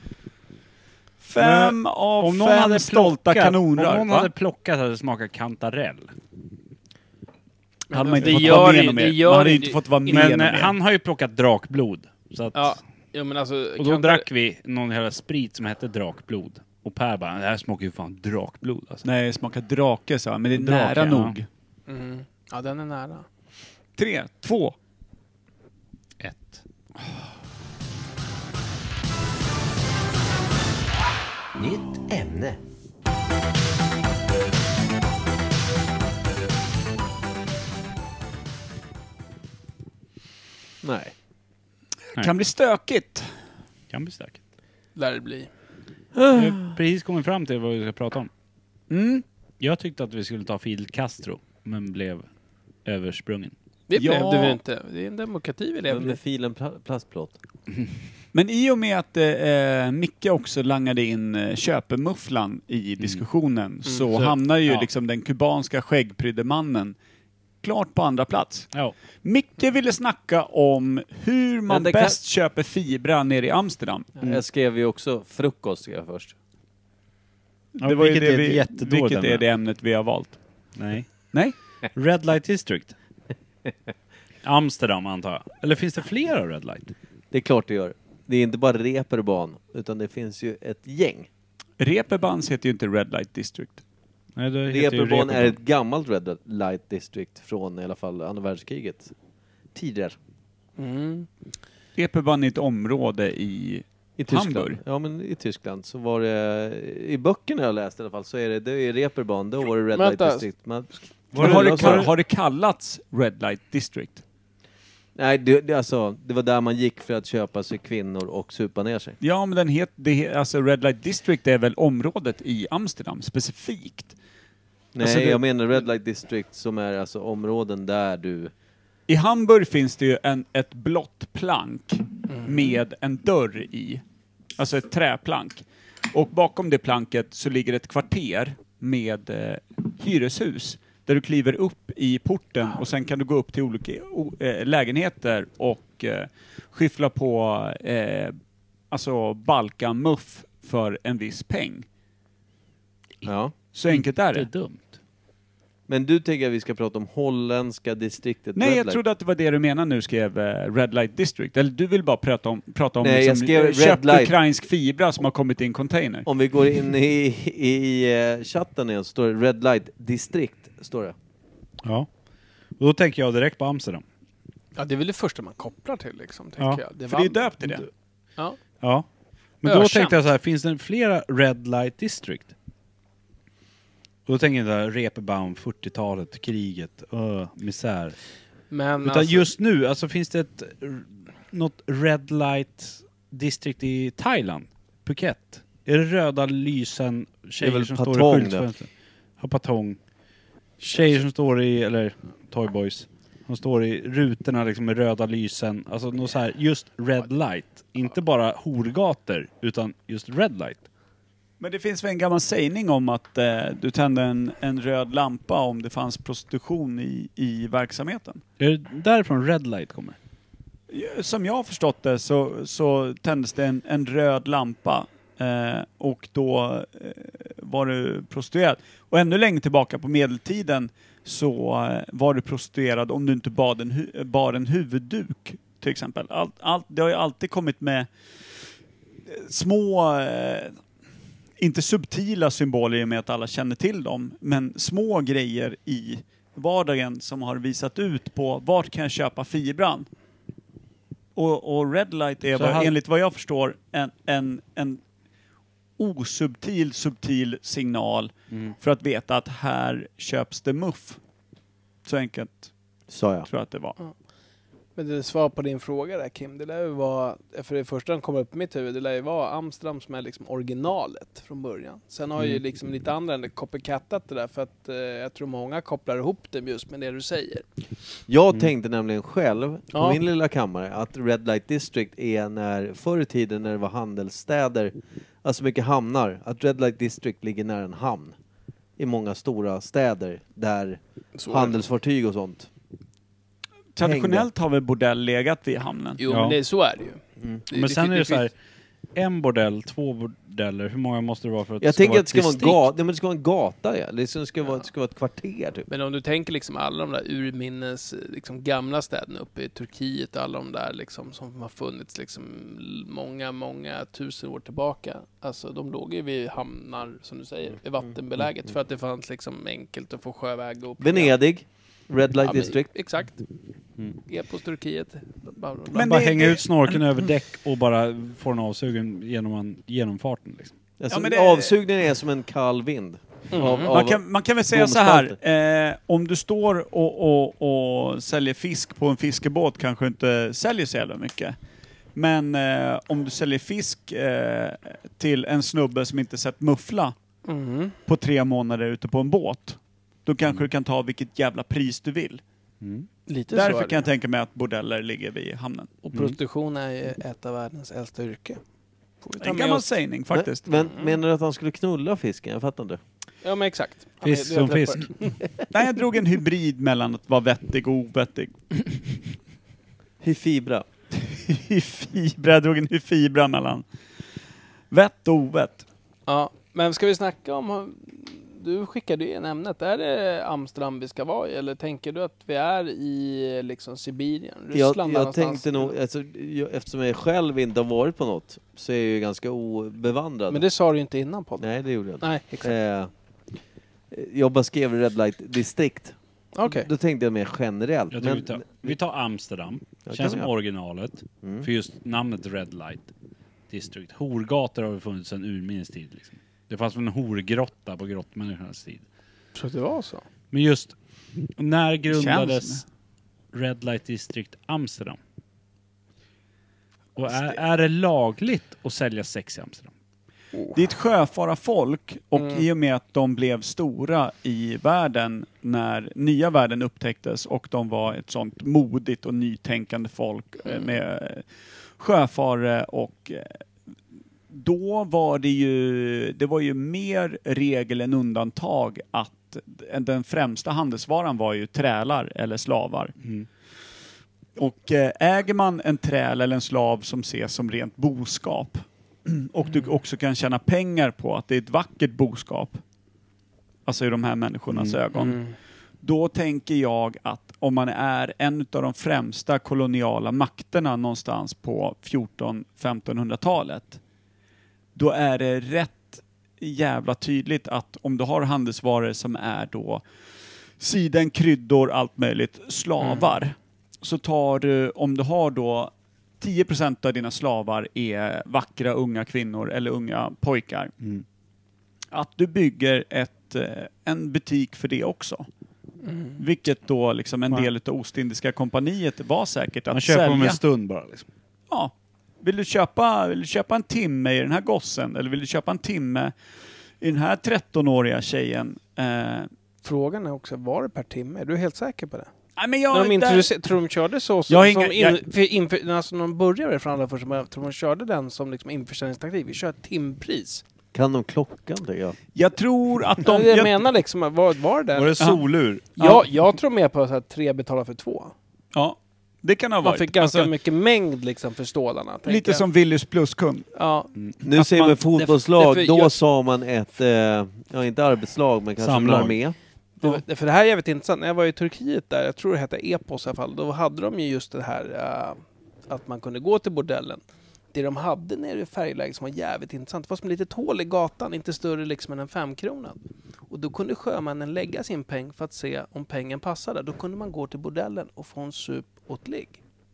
Fem Men av om någon fem hade stolta plockat, kanonrör. Om någon va? hade plockat hade det smakat kantarell. Men hade man inte det fått gör vara med ju- någon det mer. gör Man hade ju- inte fått vara med Men någon eh, mer. han har ju plockat drakblod. Så att, Ja, jo, men alltså, och då kan- drack vi någon jävla sprit som hette drakblod. Och Per bara, det här smakar ju fan drakblod alltså. Nej, det smakar drake sa han, men det är Drake, nära ja. nog. Mhm. Ja, den är nära. Tre, två. Ett. Nytt ämne. Nej. Nej. Kan bli stökigt. Kan bli starkt. Lär det bli. Jag har precis kommit fram till vad vi ska prata om. Mm. Jag tyckte att vi skulle ta Fidel Castro, men blev översprungen. Det Ja. blev du väl inte? Det är en demokrati vi lever Den i. med filen pla- plastplåt. Men i och med att eh, Micke också langade in eh, köpemufflan i diskussionen så, så- hamnar ju ja. liksom den kubanska skäggprydde mannen klart på andra plats. Ja. Micke ville snacka om hur man Men det kan- bäst köper fibra nere i Amsterdam. Jag skrev ju också frukost skrev jag först. Det var ju vilket det är vi, ett jättedåligt vilket är ämne. det ämnet vi har valt. Nej. Nej? Red Light District. Amsterdam antar jag. Eller finns det flera Red Light? Det är klart det gör. Det är inte bara Reeperbahn, utan det finns ju ett gäng. Reeperbahn heter ju inte Red Light District. Nej, det heter ju Reeperbahn är Reeperbahn. ett gammalt Red Light District från i alla fall andra världskriget. Tidigare. Mm. Reeperbahn är ett område i... I Tyskland. Hamburg. Ja, men i Tyskland så var det, i böckerna jag läste i alla fall, så är det, det är Reeperbahn, då var det Red Vänta. Light District. Men, Har, har, det, alltså- kall- har det kallats Red Light District? nej, det, det, alltså, det var där man gick för att köpa sig kvinnor och supa ner sig. Ja, men den het, det, he- alltså Red Light District är väl området i Amsterdam specifikt? Nej, Alltså det- jag menar Red Light District som är alltså områden där du... I Hamburg finns det ju en, ett blått plank med en dörr i. Alltså ett träplank. Och bakom det planket så ligger ett kvarter med eh, hyreshus. Där du kliver upp i porten och sen kan du gå upp till olika o, eh, lägenheter och eh, skyffla på eh, alltså Balkanmuff för en viss peng. Ja. Så enkelt är Det är det. dumt. Men du tänker att vi ska prata om holländska distriktet Nej, Red jag Light. trodde att det var det du menade när du skrev eh, Red Light District. Eller du vill bara prata om, prata om Nej, jag liksom, skrev eh, Red köpt Light. ukrainsk fibra som har kommit i en container. Om vi går in i, i eh, chatten igen så står det Red Light District, står det. Ja. Och då tänker jag direkt på Amsterdam. Ja, det är väl det första man kopplar till liksom, tänker Ja, jag. Det För det är döpt till det. Ja. Ja. Men då Ökänt. tänkte jag så här, finns det flera Red Light District? Och då tänker jag så här, Reeperbahn, fyrtiotalet, kriget, öh, misär. Men Utan alltså, just nu, alltså finns det ett r- något Red Light district i Thailand, Phuket. Är det röda lysen, tjejer väl som Patong står i det. skyltfönstret? Ja, Patong. Tjejer som står i, eller Toyboys, som står i rutorna liksom med röda lysen. Alltså något så här, just red light. Inte bara horgator, utan just red light. Men det finns väl en gammal sägning om att eh, du tände en, en röd lampa om det fanns prostitution i, i verksamheten. Är det därifrån red light kommer? Som jag har förstått det så, så tändes det en, en röd lampa eh, och då eh, var du prostituerad. Och ännu längre tillbaka på medeltiden så eh, var du prostituerad om du inte bad en hu- bar en huvudduk till exempel. Allt, allt, det har ju alltid kommit med små, eh, inte subtila symboler i och med att alla känner till dem, men små grejer i vardagen som har visat ut på vart kan jag köpa fibran. Och, och red light är, bara, han... enligt vad jag förstår, en, en, en osubtil, subtil signal mm. för att veta att här köps det muff. Så enkelt Så jag. tror jag att det var. Ja. Men det svar på din fråga där, Kim, det lär ju vara, för det första som kommer upp i mitt huvud, det lär ju vara Amsterdam som är liksom originalet från början. Sen har ju liksom lite andra än det copycatat det där, för att eh, jag tror många kopplar ihop det just med det du säger. Jag Mm. tänkte nämligen själv på Ja. min lilla kammare att Red Light District är när förr i tiden när det var handelsstäder, alltså mycket hamnar, att Red Light District ligger nära en hamn i många stora städer där Så handelsfartyg och sånt. Traditionellt har väl bordell legat vid hamnen? Jo, Ja. men det, så är det ju. Mm. Det, Men det, sen det, är det så här, finns- en bordell, två bordeller. Hur många måste det vara för att Jag det ska tänker vara att det ska ett vara en distrikt? gata, men det ska vara en gata, ja. Det ska, ska, vara, det ska vara ett kvarter typ. Men om du tänker liksom alla de där urminnes liksom gamla städerna uppe i Turkiet, alla de där liksom som har funnits liksom många, många tusen år tillbaka. Alltså de låg ju vid hamnar, som du säger, i vattenbeläget för att det fanns liksom enkelt att få sjöväg och Venedig, Red Light Ja, men, District. exakt. Mm. Epos Turkiet. Bara, Men bara det- hänga det- ut snorken över däck och bara få den avsugen genom en genomfarten. Liksom. Alltså, Ja, men det- avsugningen är som en kall vind. Mm. Av, Man av, kan, man kan väl säga så här, eh, om du står och, och, och säljer fisk på en fiskebåt kanske du inte säljer så jävla mycket. Men eh, om du säljer fisk eh, till en snubbe som inte sett muffla Mm. på tre månader ute på en båt, då kanske du kan ta vilket jävla pris du vill. Mm. Lite så Därför är kan det. jag tänka mig att bordeller ligger vid hamnen. Och prostitution är ju ett av världens äldsta yrke. Får vi ta En med gammal oss. sägning faktiskt. Men, men menar du att han skulle knulla fisken? Jag fattar inte. Ja, men exakt. Ja, Fisk men det- som det- fisk. Nej, jag drog en hybrid mellan att vara vettig och ovettig. Hyfibra. Hyfibra, jag drog en hyfibra mellan vett och ovett. Ja, men ska vi snacka om... Du skickade ju en ämnet. Är det Amsterdam vi ska vara i? Eller tänker du att vi är i liksom Sibirien, Jag, Ryssland? jag någonstans? tänkte nog, alltså, jag, eftersom jag själv inte har varit på något så är jag ju ganska obevandrad. Men det sa du ju inte innan podden. Nej, det gjorde jag inte. Nej, exakt. Eh, jag bara skrev Red Light District. Okej. Då tänkte jag mer generellt. Jag tror vi, tar, vi tar Amsterdam. Ja, kan Känns vi som göra. originalet. Mm. För just namnet Red Light District. Horgator har väl funnits sedan urminnes tid. Liksom. Det fanns väl en horgrotta på grottmänniskornas tid. Så det var så. Men just när grundades Känns Red Light District Amsterdam? Och är, är det lagligt att sälja sex i Amsterdam? Det är ett sjöfararfolk och Mm. i och med att de blev stora i världen när nya världen upptäcktes och de var ett sånt modigt och nytänkande folk eh, med eh, sjöfarare och eh, då var det ju det var ju mer regel än undantag att den främsta handelsvaran var ju trälar eller slavar. Mm. Och eh, äger man en träl eller en slav som ses som rent boskap och du också kan tjäna pengar på att det är ett vackert boskap, alltså i de här människornas Mm. ögon, Mm. då tänker jag att om man är en av de främsta koloniala makterna någonstans på fjorton-femtonhundratalet, då är det rätt jävla tydligt att om du har handelsvaror som är då siden, kryddor, allt möjligt, slavar, mm. så tar du, om du har då tio procent av dina slavar är vackra unga kvinnor eller unga pojkar, Mm. att du bygger ett, en butik för det också. Mm. Vilket då liksom en Man- del av Ostindiska kompaniet var säkert att Man köper sälja. dem en stund bara. Liksom. Ja. Vill du köpa, vill du köpa en timme i den här gossen? Eller vill du köpa en timme i den här trettonåriga tjejen? Eh, Frågan är också, var det per timme? Är du helt säker på det? nej, men jag, När de där- introducer- tror de körde så som, Jag har som inga- in, jag- för, inför, alltså när de började förhandla först, jag tror de körde den som liksom införsäljningstaktik. Vi kör ett timpris. Kan de klockan tycker jag? jag tror att De, de... jag jag, menar liksom, var, var det? Var det solur? Ja, jag tror mer på så här, tre betalar för två. ja, det kan ha Man varit. fick ganska Alltså, mycket mängd liksom för stålarna. tänker lite jag. som Willys pluskund. Ja, Nu Att ser man- vi fotbollslag, därför- då jag- sa man ett, eh, ja inte arbetslag men kanske Samlag. en armé. det, det, för det här är jävligt intressant. När jag var i Turkiet där, jag tror det hette Epos i alla fall, då hade de ju just det här uh, att man kunde gå till bordellen. Det de hade nere i färgläget som var jävligt intressant, det var som lite hål i gatan, inte större liksom än en femkrona. Och då kunde sjömännen lägga sin peng för att se om pengen passade. Då kunde man gå till bordellen och få en sup åt ligg.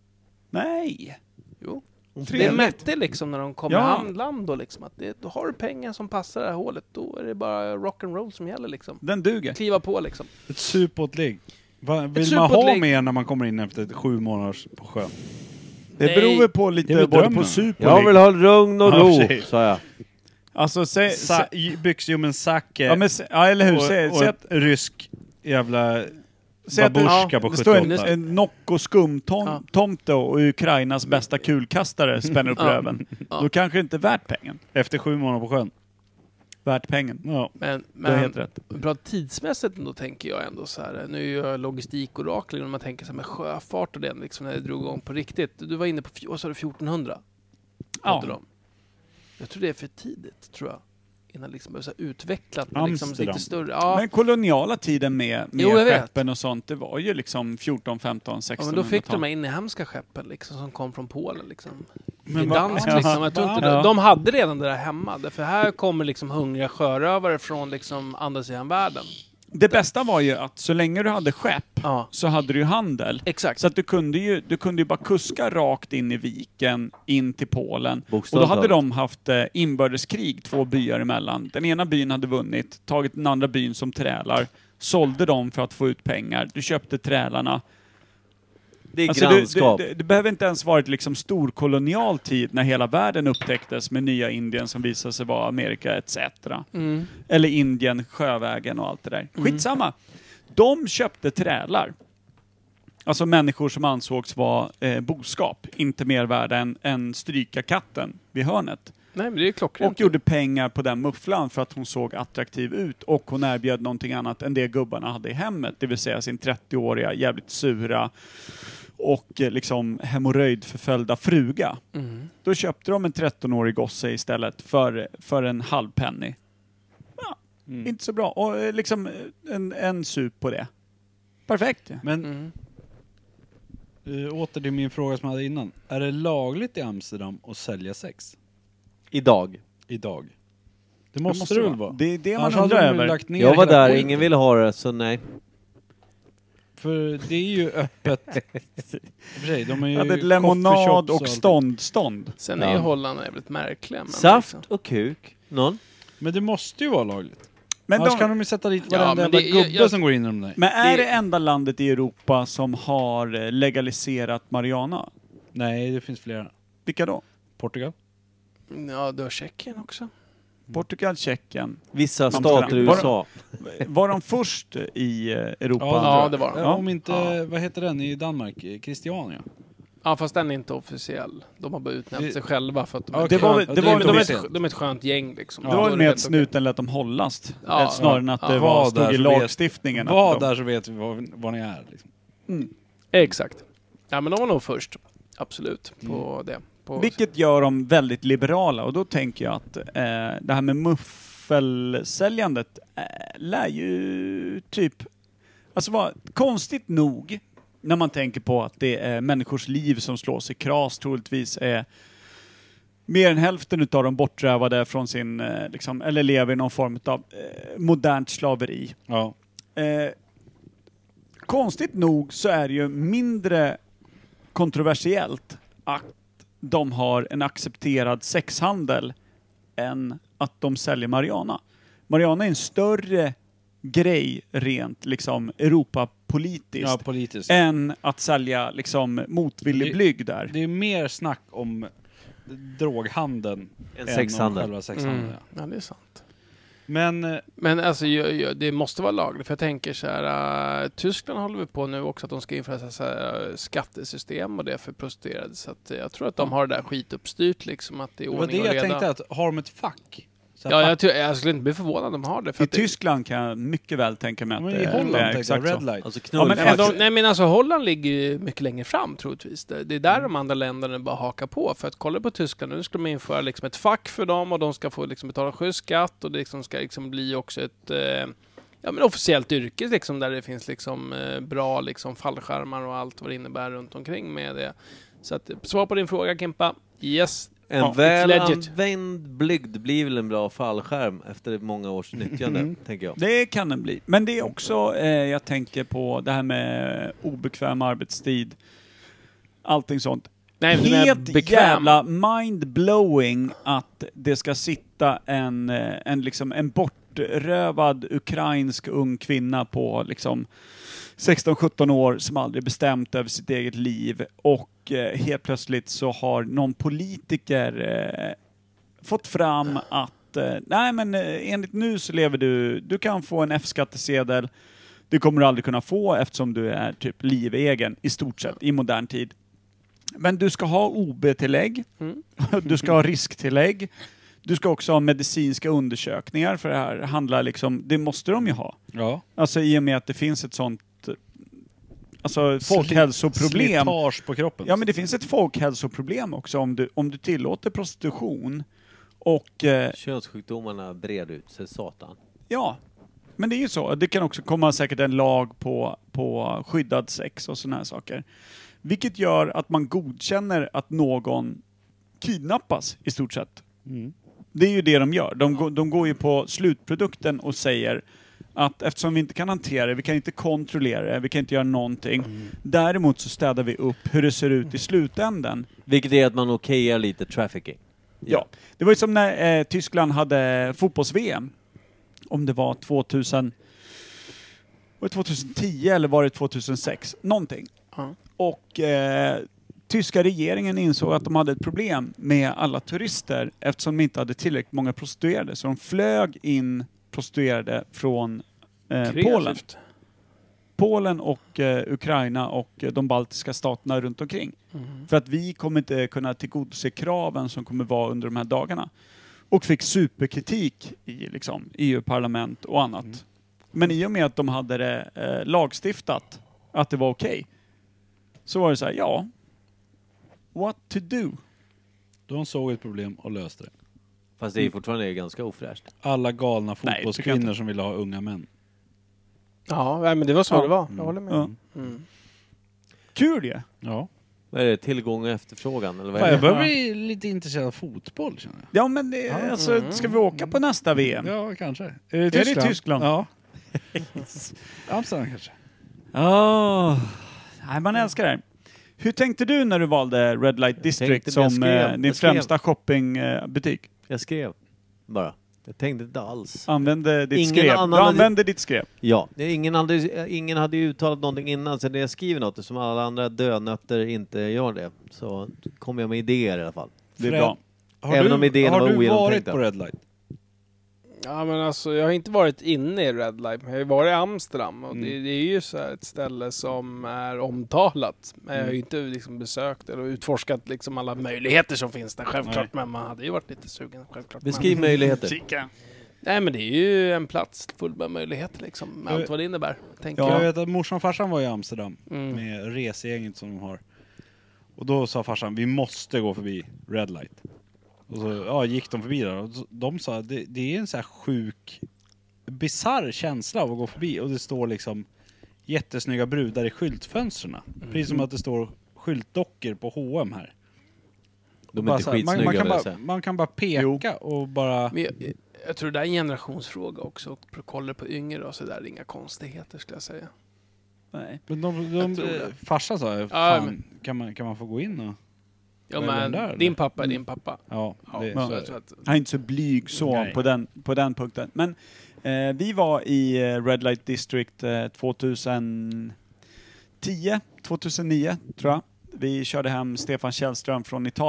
Nej! Jo. Det Trevligt. mätte liksom när de kom Ja. i hamnland då liksom att det, då har du pengar som passar det här hålet, då är det bara rock and roll som gäller liksom. Den duger. Kliva på liksom. Ett supåtligg. Va, vill Ett man ha supåtligg. mer när man kommer in efter sju månaders på sjön? Det Nej. beror väl på Det är lite väl både drömmen. på sup och Jag ligg. vill ha lugn och Ja, ro, precis. sa jag. Alltså, säg... Sa- säg byxljummen sake ja, men, sä- ja, eller hur? Säg, och, säg och att... ett rysk jävla Säg att det, babushka ja, på det står en, sjuttioåtta. en Nocco skumtomte Ja. och Ukrainas bästa kulkastare spänner upp Ja. röven. Ja. Då kanske det inte är värt pengen. Efter sju månader på sjön. Värt pengen. Ja. Men, Det är men helt rätt. bra tidsmässigt då tänker jag ändå så här. Nu är jag logistikorakel och man tänker så här med sjöfart och den liksom när det drog igång på riktigt. Du var inne på, fj- vad sa du, fjortonhundra? Ja. Hade de. Jag tror det är för tidigt, tror jag. Innan liksom det är så här utvecklat med liksom Amsterdam. lite större. Ja, Men koloniala tiden med, med Jo, jag vet. skeppen och sånt, det var ju liksom fjorton, femton, ja, sexton men då fick de hundratal. här inhemska skeppen liksom som kom från Polen liksom. Men I vad- dansk Jaha. liksom. Jag tror inte Ja. de, de hade redan det där hemma. För här kommer liksom hungriga sjörövare från liksom andra sidan världen. Det bästa var ju att så länge du hade skepp Ja, så hade du ju handel. exakt. Så att du kunde ju, du kunde ju bara kuska rakt in i viken, in till Polen. Och då Bokstavligt hade talat. de haft eh, inbördeskrig, två byar emellan. Den ena byn hade vunnit, tagit den andra byn som trälar, sålde dem för att få ut pengar. Du köpte trälarna. Det är Alltså, du, grannskap. du, du, det behöver inte ens varit liksom storkolonial tid när hela världen upptäcktes med nya Indien som visade sig vara Amerika et cetera. Mm. Eller Indien, sjövägen och allt det där. Skitsamma. De köpte trälar. Alltså människor som ansågs vara eh, boskap. Inte mer värda än, än stryka katten vid hörnet. Nej, men det är klockrent. Och gjorde pengar på den mufflan för att hon såg attraktiv ut. Och hon erbjöd någonting annat än det gubbarna hade i hemmet. Det vill säga sin trettioåriga, jävligt sura och eh, liksom hemorröjdförföljda fruga. Mm. Då köpte de en trettonårig gosse istället för, för en halv penny. Ja, Mm. inte så bra. Och eh, liksom eh, en, en sup på det. Perfekt. Men Mm. uh, åter till min fråga som jag hade innan. Är det lagligt i Amsterdam att sälja sex? Idag. Idag? Det måste det, väl vara? Det är det man Annars hade undrar de ju över. lagt ner Jag var hela där, skiten. ingen ville ha det, så nej. För det är ju öppet. I och för sig, de är ju Ja, det är coffee lemonad shops och allting. ståndstånd. Sen är Ja. ju Holland jävligt märkliga. Men Saft liksom. och kuk. Någon? Men det måste ju vara lagligt. Men, Annars de, kan de ju sätta dit Ja, varenda men jävla det- gubbe jag- jag- som går in i de där. men är det- det enda landet i Europa som har eh, legaliserat marijuana? Nej, det finns flera. Vilka då? Portugal? Ja, du har Tjeckien också. Portugal, Tjeckien. Vissa Amsterdam. stater i Var- U S A. Var de först i eh, Europa? Ja, det var de. Ja, om inte, Ja. vad heter den i Danmark? Christiania? Ja, fast den är inte officiell. De har bara utnämnt Det- sig själva för att de Ja, är det ett var skönt- väl- det var de, väl de, är officiellt. ett, de är ett skönt gäng liksom. Det Då var är väl med att helt okej. snuten lät dem hållas. Ja, Eh, Snarare än ja, att ja. det var, Var stod där i så vet- lagstiftningen. att Var de- där så vet vi var, var ni är. Liksom. Exakt. Ja, men de var nog först. Absolut. På Mm. det. På Vilket gör dem väldigt liberala och då tänker jag att eh, det här med muffelsäljandet eh, lär ju typ... Alltså vad, konstigt nog, när man tänker på att det är människors liv som slås i kras, troligtvis är mer än hälften utav dem bortrövade från sin, eh, liksom, eller lever i någon form av eh, modernt slaveri. Ja. Eh, konstigt nog så är det ju mindre kontroversiellt att de har en accepterad sexhandel än att de säljer marijuana. Marijuana är en större grej rent liksom Europapolitiskt Ja, politiskt. än att sälja liksom motvillig Det- blyg där. Det är mer snack om droghandeln En än sexhandel. om själva sexhandeln. Mm. Ja. Ja, det är sant. Men eh, Men alltså, jag, jag, det måste vara lagligt. För jag tänker så här, uh, Tyskland håller vi på nu också att de ska införa så här, uh, skattesystem och det för prostituerade. Så att, uh, jag tror att de har det där skituppstyrt liksom, att det är det var ordning det och jag reda. tänkte, att har de ett fack? Så här Ja, fack- jag, tror- jag skulle inte bli förvånad om de har det. För I att det, Tyskland kan jag mycket väl tänka mig att Men det i Holland är tänkte exakt jag, så. Red Light. Alltså Ja, men nej, men knull. de, nej men alltså Holland ligger ju mycket längre fram troligtvis. Det, det är där de andra länderna bara hakar på. För att kolla på Tyskland, nu ska de införa liksom ett fack för dem och de ska få liksom betala sjöskatt och det liksom ska liksom bli också ett eh, ja, men officiellt yrke liksom, där det finns liksom, eh, bra liksom, fallskärmar och allt vad det innebär runt omkring med det. Så att, svar på din fråga Kimpa, yes. En Ja, it's väl legit. använd blygd blir väl en bra fallskärm efter många års nyttjande, tänker jag. Det kan den bli. Men det är också, eh, jag tänker på det här med obekväm arbetstid. Allting sånt. Nej, men den är Helt bekväm. jävla mind-blowing att det ska sitta en, eh, en, liksom, en bortrövad ukrainsk ung kvinna på liksom sexton sjutton år som aldrig bestämt över sitt eget liv och eh, helt plötsligt så har någon politiker eh, fått fram att eh, nej men eh, enligt nu så lever du, du kan få en F-skattesedel, det kommer du aldrig kunna få eftersom du är typ livegen i stort sett i modern tid. Men du ska ha O B-tillägg, Mm. du ska ha risktillägg, du ska också ha medicinska undersökningar för det här handlar liksom, det måste de ju ha. Ja. Alltså i och med att det finns ett sånt alltså folkhälsoproblem. Slitage på kroppen. Ja, men det finns ett folkhälsoproblem också om du, om du tillåter prostitution och eh, Könssjukdomarna brer ut sig, satan. ja, men det är ju så. Det kan också komma säkert en lag på, på skyddad sex och såna här saker. Vilket gör att man godkänner att någon kidnappas i stort sett. Mm. Det är ju det de gör. De, går- de går ju på slutprodukten och säger att eftersom vi inte kan hantera det, vi kan inte kontrollera det, vi kan inte göra någonting. Däremot så städar vi upp hur det ser ut i slutändan. Vilket är att man okejar lite trafficking. Ja, det var ju som när eh, Tyskland hade fotbolls-V M. Om det var tvåtusen, var det tjugohundratio eller var det tjugohundrasex? Någonting. Ja. Och eh, tyska regeringen insåg att de hade ett problem med alla turister eftersom de inte hade tillräckligt många prostituerade. Så de flög in prostituerade från eh, Polen. Kreativt. Polen och eh, Ukraina och eh, de baltiska staterna runt omkring. Mm. För att vi kommer inte kunna tillgodose kraven som kommer vara under de här dagarna. Och fick superkritik i liksom, E U-parlament och annat. Mm. Men i och med att de hade det eh, lagstiftat att det var okej, så var det så här, ja, what to do? De såg ett problem och löste det. Fast det är fortfarande ganska ofräscht. Alla galna Nej, tycker jag fotbollskvinnor inte. som ville ha unga män. Ja, nej, men det var så Ja. det var. Mm. Jag håller med. Ja. Mm. Kul ju! Ja. Vad är det? Tillgång och efterfrågan? Eller vad Fan, är jag det? börjar bli lite intresserad av fotboll, känner jag. Ja, men det, alltså, ska vi åka på nästa V M? Ja, kanske. Är det Tyskland? Tyskland? Ja. Amsterdam kanske. Oh. Nej, man älskar det. Hur tänkte du när du valde Red Light District tänkte, men jag som skrev- eh, din jag skrev. främsta shoppingbutik? Jag skrev bara. Jag tänkte inte alls. Använde ditt Ingen skrev. annan Du hade- använde ditt skrev. Ja, det är ingen, hade, ingen hade ju uttalat någonting innan, så när jag skriver något som alla andra dönötter inte gör det, så kommer jag med idéer i alla fall. Det är Fred, bra. Har Även du, om idéerna har var du varit ogenomtänkta. på Red Light? Ja, men alltså, jag har inte varit inne i Red Light, men jag har ju varit i Amsterdam och Mm. det, det är ju så här ett ställe som är omtalat. Men jag har ju inte liksom besökt eller utforskat liksom alla möjligheter som finns där, självklart. Men man hade ju varit lite sugen, självklart. Beskriv möjligheter. Kika. Nej, men det är ju en plats full med möjligheter liksom, med Jag- allt vad det innebär, tänker Jag jag. vet att morsan och farsan var i Amsterdam Mm. med resegänget som de har. Och då sa farsan, vi måste gå förbi Red Light. Och så ja, gick de förbi där och de sa, det, det är en så här sjuk, bizarr känsla av att gå förbi och det står liksom jättesnygga brudar i skyltfönstren. Mm. Precis som att det står skyltdockor på H och M här. De är Bara inte så här, man, skitsnygga, man, kan vill jag bara, säga. man kan bara peka och bara... Men jag, jag tror det där är en generationsfråga också. Och kollar på yngre och så där, det är inga konstigheter skulle jag säga. Nej. Men de, de, Jag tror det. farsan sa, fan, men- kan, man, kan man få gå in och... Ja, Vad är men den där, din eller? pappa är din pappa. Ja, Ja, det, så så är jag det. tror att, Han är inte så blyg så Nej. på den, på den punkten. Men eh, vi var i eh, Red Light District eh, tjugohundratio, tjugohundranio tror jag. Vi körde hem Stefan Källström från Italien.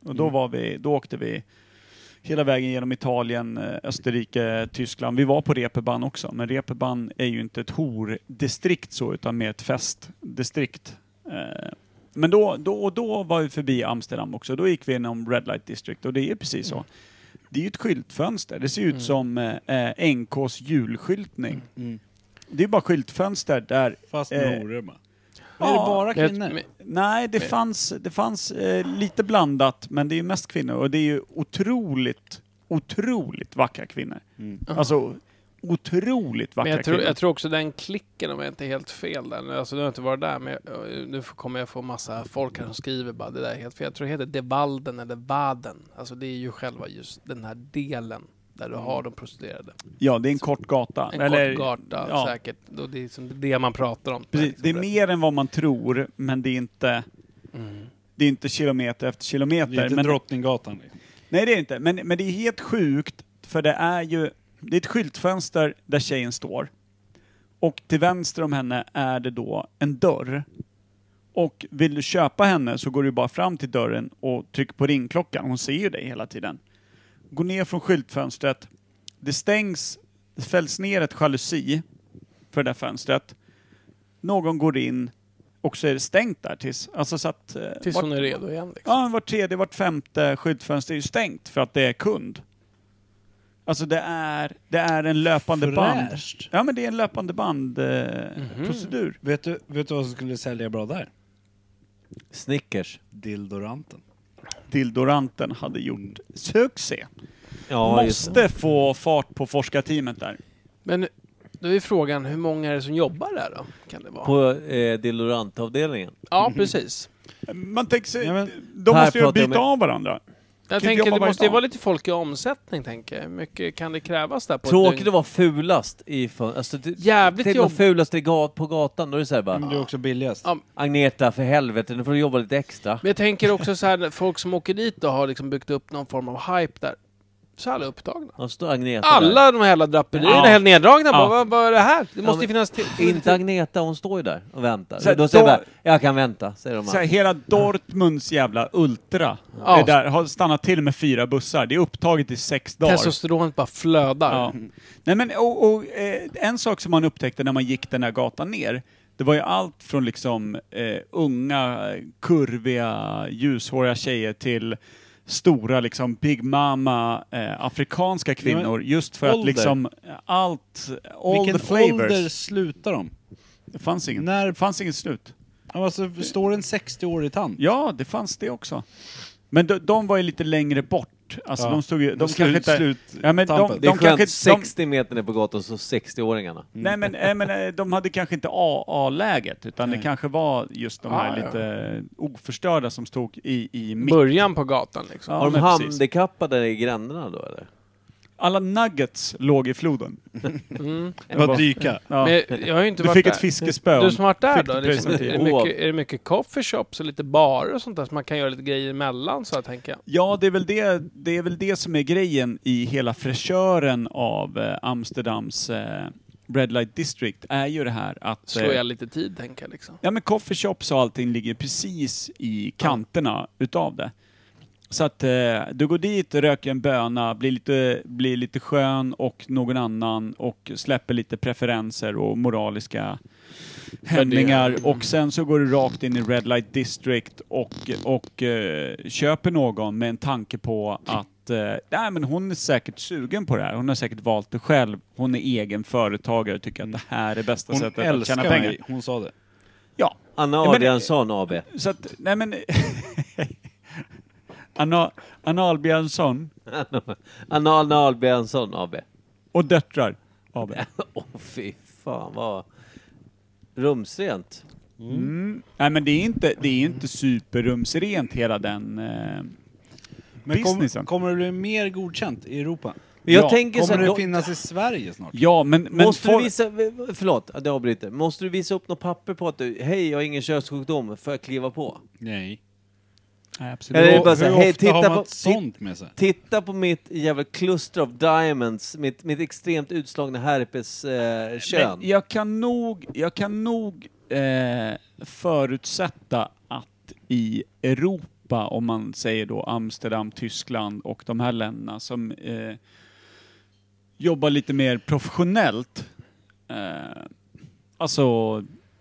Och då, var vi, då åkte vi hela vägen genom Italien, eh, Österrike, Tyskland. Vi var på Reeperbahn också, men Reeperbahn är ju inte ett hordistrikt så, utan mer ett festdistrikt. Eh, men då, då, då var vi förbi Amsterdam också. Då gick vi inom Red Light District och det är precis så. Mm. Det är ju ett skyltfönster. Det ser ut mm. som eh, N K:s julskyltning. Mm. Det är bara skyltfönster där... Fast med horor bara. Ja, är det bara kvinnor? Men, nej, det men. fanns, det fanns eh, lite blandat, men det är ju mest kvinnor. Och det är ju otroligt, otroligt vackra kvinnor. Mm. Alltså, otroligt vackra men jag tror, kvinnor. jag tror också den klicken, om jag inte är helt fel där. Alltså, nu har jag inte varit där, men jag, nu kommer jag få massa folk här som skriver bara det där är helt fel. Jag tror det heter De Walden eller Waden. Alltså det är ju själva just den här delen där du har de prostituerade. Ja, det är en kort gata. En eller, kort gata, ja. säkert. Och det är liksom det man pratar om. Precis, det är mer än vad man tror, men det är inte, mm. det är inte kilometer efter kilometer. Det är inte men, Drottninggatan. Nej, det är inte. Men, men det är helt sjukt, för det är ju det är ett skyltfönster där tjejen står. Och till vänster om henne är det då en dörr. Och vill du köpa henne så går du bara fram till dörren och trycker på ringklockan. Hon ser ju dig hela tiden. Går ner från skyltfönstret. Det stängs, det fälls ner ett jalusi för det där fönstret. Någon går in och så är det stängt där tills... Alltså så att, tills vart, hon är redo igen. Liksom. Ja, vart tredje, vart femte skyltfönster är ju stängt för att det är kund. Alltså det är, det är en löpande Fräscht. band. Ja, men det är en löpande band eh, mm-hmm. procedur. Vet du, vet du vad som skulle sälja bra där? Snickers. Dildoranten. Dildoranten hade gjort succé. Ja, måste få fart på forskarteamet där. Men då är frågan, hur många är det som jobbar där då? Kan det vara? På eh, Dildorantavdelningen? Ja, precis. Man tänker sig, ja, men, de måste ju byta med... av varandra. Jag tänker det måste ju vara lite folk i omsättning, tänker jag. Hur mycket kan det krävas där på tråkigt att vara fulast i för, alltså, det, jävligt det jobb. fulast i gat, på gatan, då är det så här bara. Men du är också billigast. Ja. Agneta, för helvete, nu får du jobba lite extra. Men jag tänker också så här, folk som åker dit och har liksom byggt upp någon form av hype där. Så alla upptagna. Ja, står Agneta alla där. de här hela draperierna ja. är helt neddragna. Ja. Vad, vad är det här? Det ja, måste ju finnas till. Inte Agneta, hon står ju där och väntar. Så då säger jag bara, jag kan vänta, säger de. Så här, hela Dortmunds jävla ultra ja. är där, har stannat till med fyra bussar. Det är upptaget i sex dagar. Testosteronet bara flödar. Ja. Nej, men, och, och, eh, en sak som man upptäckte när man gick den här gatan ner, det var ju allt från liksom eh, unga, kurviga, ljushåriga tjejer till stora liksom Big Mama eh, afrikanska kvinnor, ja, just för ålder. Att liksom allt, all vilken the flavors. Ålder slutar de? Det fanns ingen. När det fanns inget slut. Alltså, står en sextio-årig tant? Ja, det fanns det också. Men de, de var ju lite längre bort. Alltså ja. de stod ju, de slut, kanske inte... Slut, ja, men de, de, det är de skönt, kanske, sextio meter ner på gatan så sextio-åringarna. Mm. Nej men, äh, men äh, de hade kanske inte A A-läget, utan Nej. det kanske var just de här ah, lite ja. oförstörda som stod i, i mitt. Början på gatan liksom. Ja, har de handikappade i gränderna då eller? Alla nuggets låg i floden. Mm. Det var dyka. Ja. Men jag har ju inte du varit fick där. ett fiskespö. Du som varit där då? Liksom, är, det mycket, är det mycket coffee shops och lite barer och sånt där så man kan göra lite grejer emellan, så jag tänker. Ja, det är väl det, det är väl det som är grejen i hela fräschören av eh, Amsterdams eh, Red Light District är ju det här att... Slå jag lite tid, tänker jag liksom. Ja, men coffee shops och allting ligger precis i kanterna ja. utav det. Så att eh, du går dit, röker en böna, blir lite, blir lite skön och någon annan och släpper lite preferenser och moraliska hämningar. Mm. Och sen så går du rakt in i Red Light District och, och eh, köper någon med en tanke på att eh, nej, men hon är säkert sugen på det här. Hon har säkert valt det själv. Hon är egen företagare och tycker att det här är bästa hon sättet att tjäna pengar. Mig. Hon sa det. Ja. Anna Adriansson A B. Så att, nej men... Anna, Anna Albiansson. Anna Albiansson A B. Och döttrar A B. Åh oh, fy fan, vad rumsrent. Mm. Mm. Nej men det är inte, det är inte superrumsrent hela den eh, men businessen. Kom, kommer det bli mer godkänt i Europa? Jag ja. tänker kommer så det då, finnas i Sverige snart? Ja, men... men måste for... du visa... Förlåt, det avbryter. Måste du visa upp något papper på att du... Hej, jag har ingen körsjukdom för att kliva på? Nej. Nej, absolut. Eller bara så, hur hej, ofta titta har man på, sånt med sig? Titta på mitt jävla cluster of diamonds, mitt, mitt extremt utslagna herpes eh, kön. Men jag kan nog, jag kan nog eh, förutsätta att i Europa Europa, om man säger då Amsterdam, Tyskland och de här länderna som eh, jobbar lite mer professionellt. Eh, alltså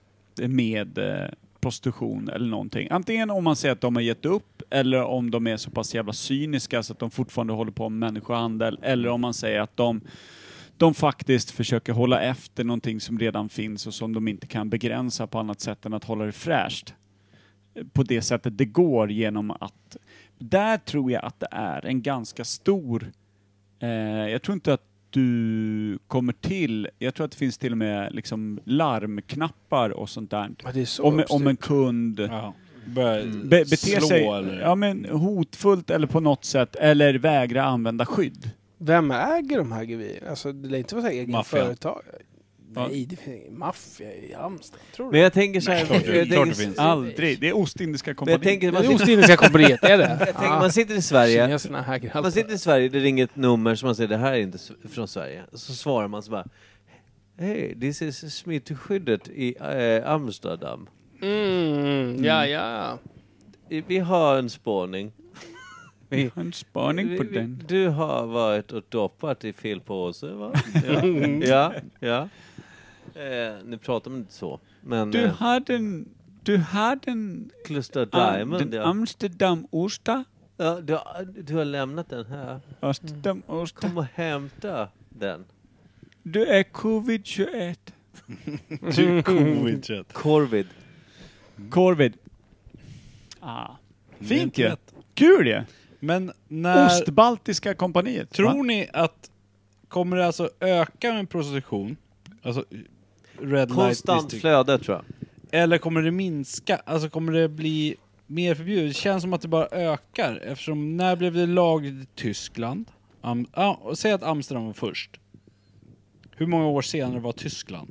med eh, prostitution eller någonting. Antingen om man säger att de har gett upp eller om de är så pass jävla cyniska så att de fortfarande håller på med människohandel, eller om man säger att de de faktiskt försöker hålla efter någonting som redan finns och som de inte kan begränsa på annat sätt än att hålla det fräscht. På det sättet det går genom att... Där tror jag att det är en ganska stor... Eh, jag tror inte att du kommer till... Jag tror att det finns till och med liksom larmknappar och sånt där. Ja, det är så om, om en kund... Ja. Börjar Be, beter slå sig eller? ja, men hotfullt eller på något sätt, eller vägra använda skydd. Vem äger de här grejerna? Alltså, det lär inte vara så här egen Maffia. företag. Ja. Nej, det finns ingen maffia i Amsterdam. Tror du? Men jag tänker så här... klart det- jag klart tänker- det finns. Aldrig. Det är Ostindiska Men kompaniet. jag tänker, man Det är sitter, Ostindiska kompaniet, är det? jag tänker man sitter i Sverige, Kineserna äger man allt. sitter i Sverige, det ringer ett nummer som man säger det här är inte s- från Sverige. Så svarar man så bara, hej, this is smittskyddet i eh, Amsterdam. Mm, ja, ja. Vi har en spårning. Vi, En spaning på vi, vi, den. du har varit och doppat i fel påse, va? Ja, ja. ja. Eh, nu pratar man inte så. Men Du eh, hade en... Du hade en... Kluster ah, Diamond, den ja. Amsterdam Osta. ja du, har- du har lämnat den här. Amsterdam Osta. Kom och hämta den. Du är covid tjugoett. Du covid chat. Corvid. Corvid. Ah. Det är Fint inte ju. lätt. Kul ju. Men när... Ostbaltiska kompaniet. Tror va? ni att... Kommer det alltså öka med prostitution? Alltså... Red light Konstant district. flöde, tror jag. Eller kommer det minska? Alltså kommer det bli mer förbjudet? Det känns som att det bara ökar. Eftersom när blev det lagligt i Tyskland? Am, ah, och säg att Amsterdam var först. Hur många år senare var Tyskland?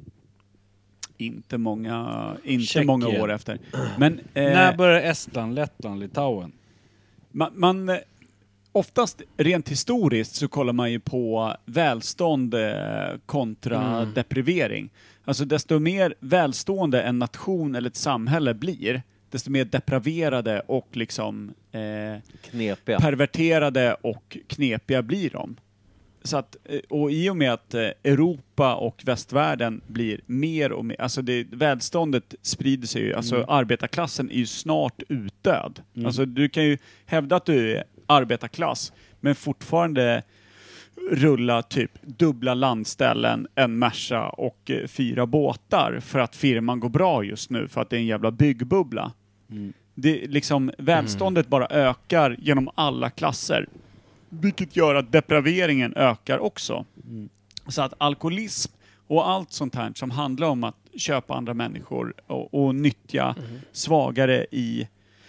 Inte många, inte Tjeckien. många år efter. Men eh, När började Estland, Lettland, Litauen? man, man, eh, oftast rent historiskt så kollar man ju på välstånd eh, kontra Mm. deprivering. Alltså desto mer välstående en nation eller ett samhälle blir, desto mer depraverade och liksom eh, Knepiga. perverterade och knepiga blir de. Så att, eh, och i och med att eh, Europa och västvärlden blir mer och mer, alltså det, välståndet sprider sig ju, alltså arbetarklassen är ju snart utdöd. Alltså du kan ju hävda att du är arbetarklass, men fortfarande rulla typ dubbla landställen, en Merca och eh, fyra båtar för att firman går bra just nu, för att det är en jävla byggbubbla. Det, liksom, välståndet bara ökar genom alla klasser. Vilket gör att depraveringen ökar också. Så att alkoholism och allt sånt här som handlar om att köpa andra människor och, och nyttja svagare i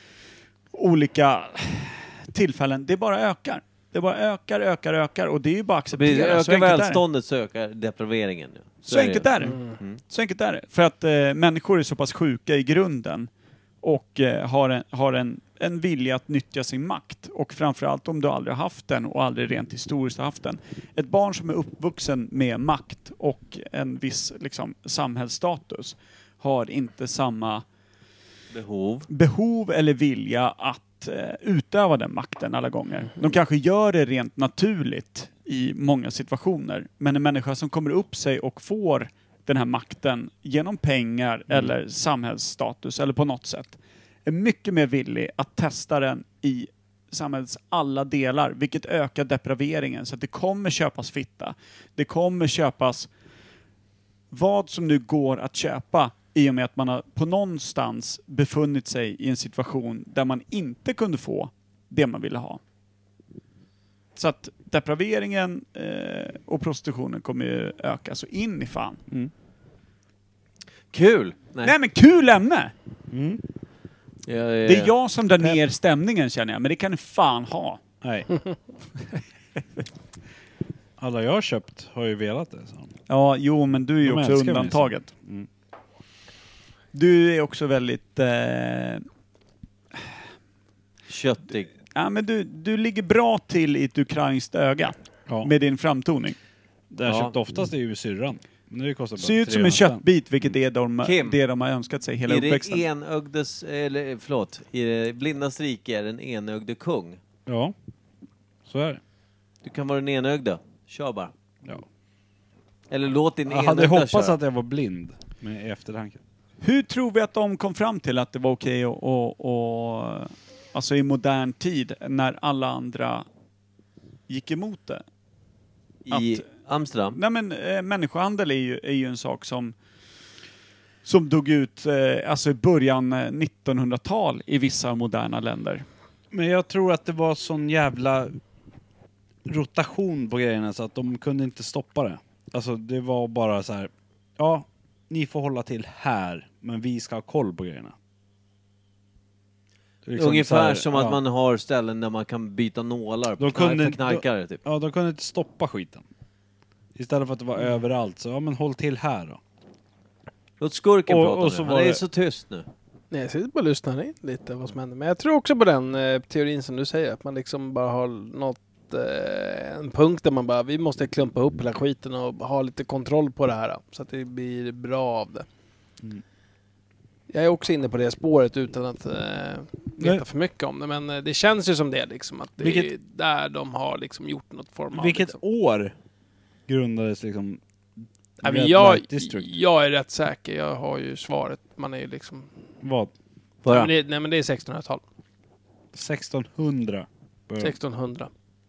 olika tillfällen, det bara ökar. Det bara ökar, ökar, ökar och det är ju bara att Precis, acceptera. Så ökar enkelt är det. välståndet så ökar depraveringen. Nu. Så enkelt är det. Mm. Så enkelt är det. För att eh, människor är så pass sjuka i grunden och eh, har, en, har en, en vilja att nyttja sin makt. Och framförallt om du aldrig har haft den och aldrig rent historiskt har haft den. Ett barn som är uppvuxen med makt och en viss liksom, samhällsstatus har inte samma Behov. behov eller vilja att eh, utöva den makten alla gånger. De kanske gör det rent naturligt i många situationer. Men en människa som kommer upp sig och får den här makten genom pengar eller samhällsstatus eller på något sätt är mycket mer villig att testa den i samhällets alla delar, vilket ökar depraveringen. Så att det kommer köpas fitta. Det kommer köpas vad som nu går att köpa i och med att man har på någonstans befunnit sig i en situation där man inte kunde få det man ville ha. Så att depraveringen eh, och prostitutionen kommer ju öka så in i fan. Kul! Nej. Nej men kul ämne! Jag är, Det är jag som drar ner stämningen känner jag, men det kan ni fan ha. Nej. Alla jag har köpt har ju velat det. Så. Ja, jo men du är ju De också älskar mig, undantaget. Mm. Du är också väldigt... Eh, köttig. ja men du, du ligger bra till i ett ukrainskt öga Ja. med din framtoning. Det jag Ja. köpt oftast är ju syrran. Nu det kostar bara Ser ut som en trehundra spänn. köttbit, vilket är de, Kim. det de har önskat sig hela I det uppväxten. enögdes, eller förlåt, i det blindas rike är en enögde kung. Ja, så är det. Du kan vara den enögda. Kör bara. Ja. Eller låt din Jag enögda hade hoppats köra. att jag var blind med eftertanke. Hur tror vi att de kom fram till att det var okej och, och, och alltså i modern tid när alla andra gick emot det? I att- Amsterdam. Nej men äh, människohandel är ju, är ju en sak som som dog ut eh, alltså i början eh, nittonhundratal i vissa moderna länder. Men jag tror att det var sån jävla rotation på grejerna så att de kunde inte stoppa det. Alltså det var bara så här. Ja, ni får hålla till här, men vi ska ha koll på grejerna. Det är liksom Ungefär så här, som ja. att man har ställen där man kan byta nålar De knark, kunde- för knarkare typ. Ja, de kunde inte stoppa skiten. Istället för att det var överallt, så ja men håll till här då. Låt skurken Och- prata och nu. så Han var är det- så tyst nu. Nej, jag sitter bara och lyssnar in lite vad som händer. Men jag tror också på den eh, teorin som du säger. Att man liksom bara har något, eh, en punkt där man bara, vi måste klumpa ihop hela skiten och ha lite kontroll på det här. Så att det blir bra av det. Mm. Jag är också inne på det spåret utan att eh, veta Nej. för mycket om det. Men eh, det känns ju som det liksom. Att det Vilket- är där de har liksom gjort något form av... Vilket liksom. år grundades liksom Nej, men Red jag, Light District? jag är rätt säker. Jag har ju svaret. Man är ju liksom... Vad? Nej Bara. men, det, nej men det är sextonhundratal. sextonhundra. Började. sextonhundra.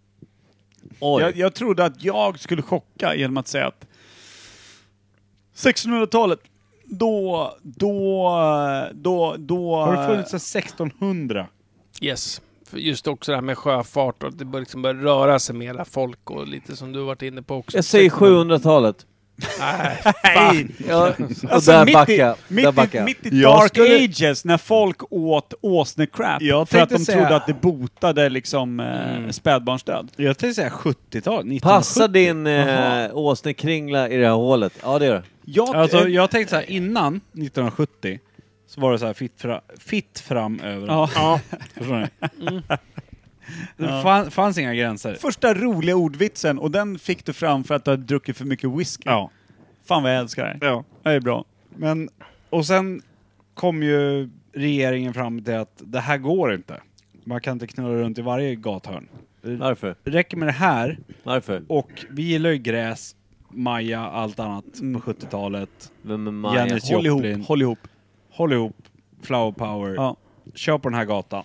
Oj. Jag, jag trodde att jag skulle chocka genom att säga att sextonhundratalet, då, då, då, då... Har det funnits sedan sextonhundra? Yes. För just också det här med sjöfart och att det bör liksom börja röra sig mera folk och lite som du varit inne på också. Jag säger sjuhundratalet. Nej, Nej! Ja, och Alltså, där mitt, backa. i, Där mitt, i, backa. mitt i Jag dark skulle- ages när folk åt åsnecrap Jag för att tänkte de säga- trodde att det botade liksom eh, Mm. spädbarnsdöd. Jag tänkte säga sjuttiotal. nittonhundrasjuttio. Passar din Jaha. eh, åsnekringla i det här hålet? Ja, det gör det. Jag, Alltså eh, jag tänkte så här, innan nittonhundrasjuttio så var det så här fitt, fra, fitt fram överallt. ja. Förstår ni? Mm. Det Ja. fann, fanns inga gränser. Första roliga ordvitsen, och den fick du fram för att du hade druckit för mycket whisky. Ja. Fan vad jag älskar det. ja. Det är bra. Men, och sen kom ju regeringen fram till att det här går inte. Man kan inte knulla runt i varje gathörn. Varför? Det räcker med det här, Varför? och vi gillar ju gräs, Maja, allt annat Mm. på sjuttiotalet. Vem är Maja? Janis Håll ihop, Joplin. håll ihop. Håll ihop, flower power. Ja. Kör på den här gatan.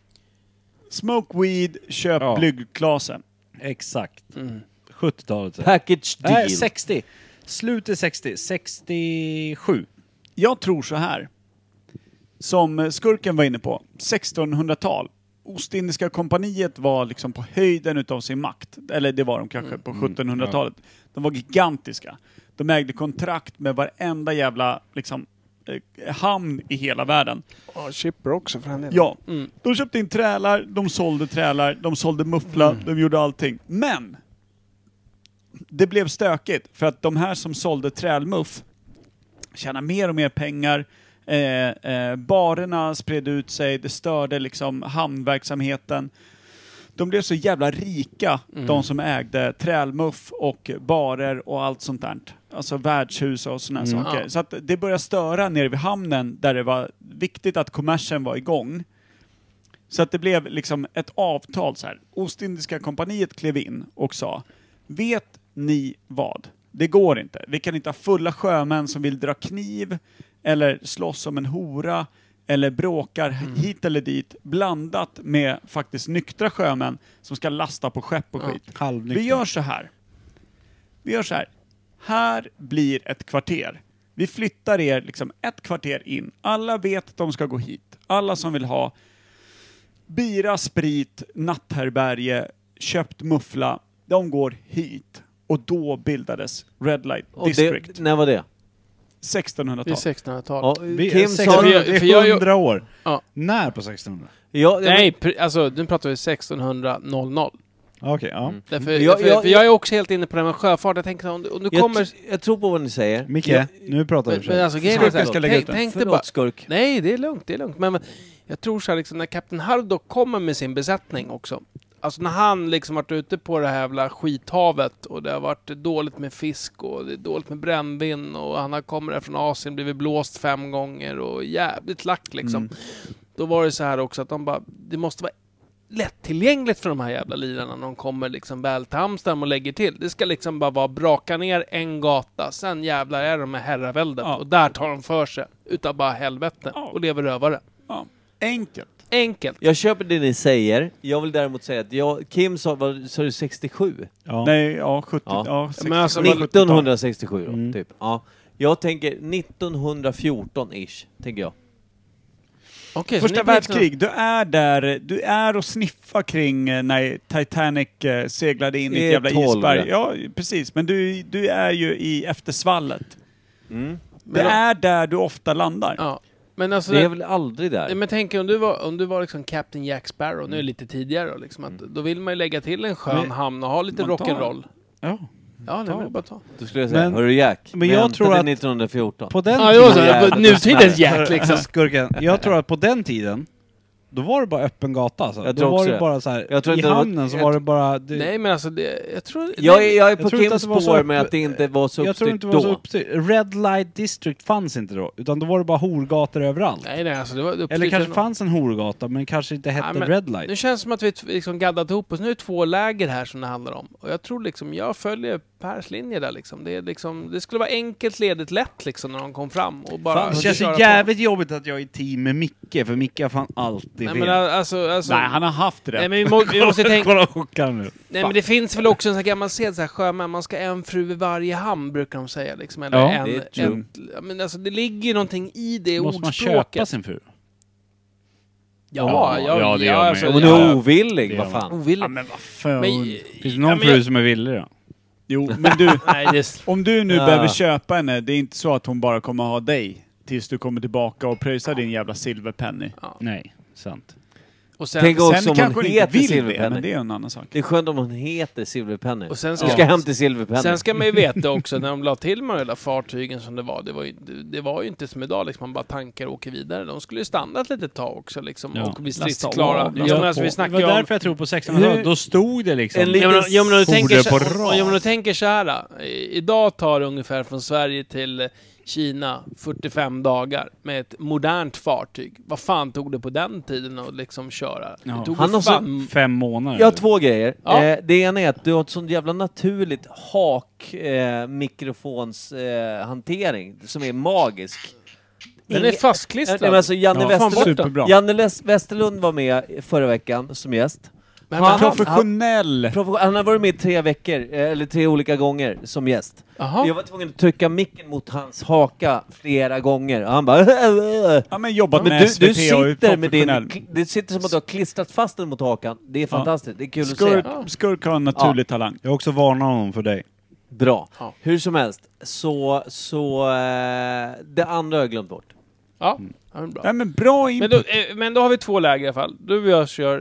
Smoke weed, köp Ja. blygdklasen. Exakt. Mm. sjuttiotalet. så. Package deal. Nej, sextio. Slutet sextio. sextiosju. Jag tror så här. Som skurken var inne på. sextonhundratal. Ostindiska kompaniet var liksom på höjden utav sin makt. Eller det var de kanske på sjuttonhundratalet. De var gigantiska. De ägde kontrakt med varenda jävla liksom, eh, hamn i hela världen. Ja, chipper också för den delen. Ja, Mm. de köpte in trälar, de sålde trälar, de sålde muffla, de gjorde allting. Men det blev stökigt för att de här som sålde trälmuff tjänar mer och mer pengar. Eh, eh, barerna spred ut sig, det störde liksom hamnverksamheten. De blev så jävla rika, Mm. de som ägde trälmuff och barer och allt sånt där. Alltså värdshus och såna här Mm. saker. Ja. Så att det började störa nere vid hamnen där det var viktigt att kommersen var igång. Så att det blev liksom ett avtal så här. Ostindiska kompaniet klev in och sa: vet ni vad? Det går inte. Vi kan inte ha fulla sjömän som vill dra kniv eller slåss om en hora eller bråkar hit eller dit, blandat med faktiskt nyktra sjömän som ska lasta på skepp och Ja. skit. Halvnykter. Vi gör så här. Vi gör så här. Här blir ett kvarter. Vi flyttar er liksom ett kvarter in. Alla vet att de ska gå hit. Alla som vill ha bira, sprit, natthärbärge, köpt muffla, de går hit. Och då bildades Red Light Och District. det, när var det? Det är sextonhundratal. sextonhundratal. Ja, Vi, Kim sex, sa... För jag- det för jag- är hundra år. Ja. När på sextonhundra? Ja, det- Nej, pr- alltså nu pratar vi sextonhundra. Okej, ja. Mm. Därför, Jag- därför, jag- för jag är också helt inne på det här med sjöfart. Jag tänker om du, om du jag, kommer... t- jag tror på vad ni säger. Micke, Jag- nu pratar vi Men, för men sig. alltså grejen är Skurken så här, ska lägga tänk, ut den. tänk dig Förlåt, bara... skurk. Nej, det är lugnt, det är lugnt. Men, men jag tror så här liksom, när Kapten Hardo kommer med sin besättning också. Alltså när han liksom varit ute på det här jävla skithavet och det har varit dåligt med fisk och det är dåligt med brännvin och han har kommit där från Asien, blivit blåst fem gånger och jävligt lack liksom. Mm. Då var det så här också att de bara, det måste vara lättillgängligt för de här jävla lirarna när de kommer liksom väl till Amsterdam och lägger till. Det ska liksom bara vara braka ner en gata, sen jävlar är de med herraväldet ja. Och där tar de för sig utav bara helvete ja. Och lever rövare. Ja. Enkelt. Enkelt. Jag köper det ni säger. Jag vill däremot säga att jag, Kim sa, vad sa du, sextiosju? Ja. Nej, ja, sjuttio. Ja. Ja, sextio, men alltså, nittonhundrasextiosju då, mm. typ. Ja. Jag tänker nittonhundrafjorton-ish, tänker jag. Okay, Första världskrig, du är där, du är och sniffar kring när Titanic seglade in i ett jävla isberg. Ja, precis. Men du, du är ju i eftersvallet. Mm. Det är där du ofta landar. Ja. Men alltså, det är väl aldrig där. Men tänk om du var, om du var liksom Captain Jack Sparrow, mm. nu är det lite tidigare då, liksom, att, då vill man ju lägga till en skön men, hamn och ha lite rock'n'roll. Ja. Ja, det vill jag bara ta. Då skulle jag säga, men, hörru Jack, men jag tror att nittonhundrafjorton. På den ja, tiden, så, nutidens Jack liksom. Skurken. Jag tror att på den tiden då var det bara öppen gata alltså. Jag då tror var det det. bara så här, jag tror i inte hamnen var, så var det bara det, nej men alltså det, jag tror jag, är, jag är på jag Kims spår med att det inte var så jag uppstyrt tror inte det var då. Så uppstyrt. Red Light District fanns inte då, utan då var det bara horgator överallt. Nej nej alltså det var uppstyrt. Eller kanske fanns en horgata men kanske inte hette ja, Red Light. Nu känns det som att vi liksom gaddat ihop oss. Nu är det två läger här som det handlar om. Och jag tror liksom, jag följer Pers linje där liksom. Det är liksom, det skulle vara enkelt, ledigt, lätt liksom när de kom fram och bara. Fan, det känns ju jävligt på. Jobbigt att jag är i team med Micke, för Micke har fan alltid nej, fel. Men alltså, alltså, nej, han har haft det. Nej, men vi, må, vi måste tänka. Kolla chockad nu. Nej, men det finns väl också en sån här gammal sed så här sjömän, man ska en fru i varje hamn brukar de säga liksom, eller ja, en, det är en, men alltså det ligger ju någonting i det måste ordspråket. Man köpa sin fru? Ja, ja, ja, det ja, gör alltså, hon är ovillig, vad fan. Ovillig. Ja, men vad fan. Men, finns det någon ja, fru jag, som är villig då? Jo, men du, nej, det, om du nu ja. behöver köpa henne, det är inte så att hon bara kommer ha dig tills du kommer tillbaka och pröjsar din jävla silverpenny. Ja. Nej, sant. Och sen, Tänk också sen om kanske hon hon inte heter vill Silverpenny. det, men det är en annan sak. Det är skönt om hon heter Silverpenny. Och sen du ska, ska hem till Silverpenny. Sen ska man ju veta också, när de la till med de där fartygen som det var, det var ju, det var ju inte som idag, liksom man bara tankar och åker vidare. De skulle ju stanna ett litet tag också liksom, ja. och bli stridsklara. Ja, ja, alltså, vi det var därför jag tror på sextonhundratalet, då stod det liksom. En liten ja, men, ja, men om du tänker, på så, ja, men om du tänker så här, i, idag tar det ungefär från Sverige till Kina fyrtiofem dagar med ett modernt fartyg. Vad fan tog det på den tiden att liksom köra? Ja. Det tog Han har fan... så fem månader. Jag har två grejer. Ja. Eh, det ena är att du har ett sånt jävla naturligt hak eh, mikrofons eh, hantering som är magisk. Den är fastklistrad. Nej, men alltså Janne, ja, Westerlund, Janne Westerlund var med förra veckan som gäst. Men han, professionell. Han, professionell. Han har varit med tre veckor, eller tre olika gånger som gäst. Aha. Jag var tvungen att trycka micken mot hans haka flera gånger. Och han bara... Ja, men jobbat men med du, S V T du sitter och med din... Det sitter som att du har klistrat fast den mot hakan. Det är fantastiskt. Ja. Det är kul skurk, att se. Skurk har en naturlig ja. talang. Jag har också varnat honom för dig. Bra. Ja. Hur som helst. Så... så äh, det andra har jag glömt bort. Ja, mm. ja men bra. Ja, men bra input. Men då, eh, men då har vi två läger i alla fall. Du och jag kör...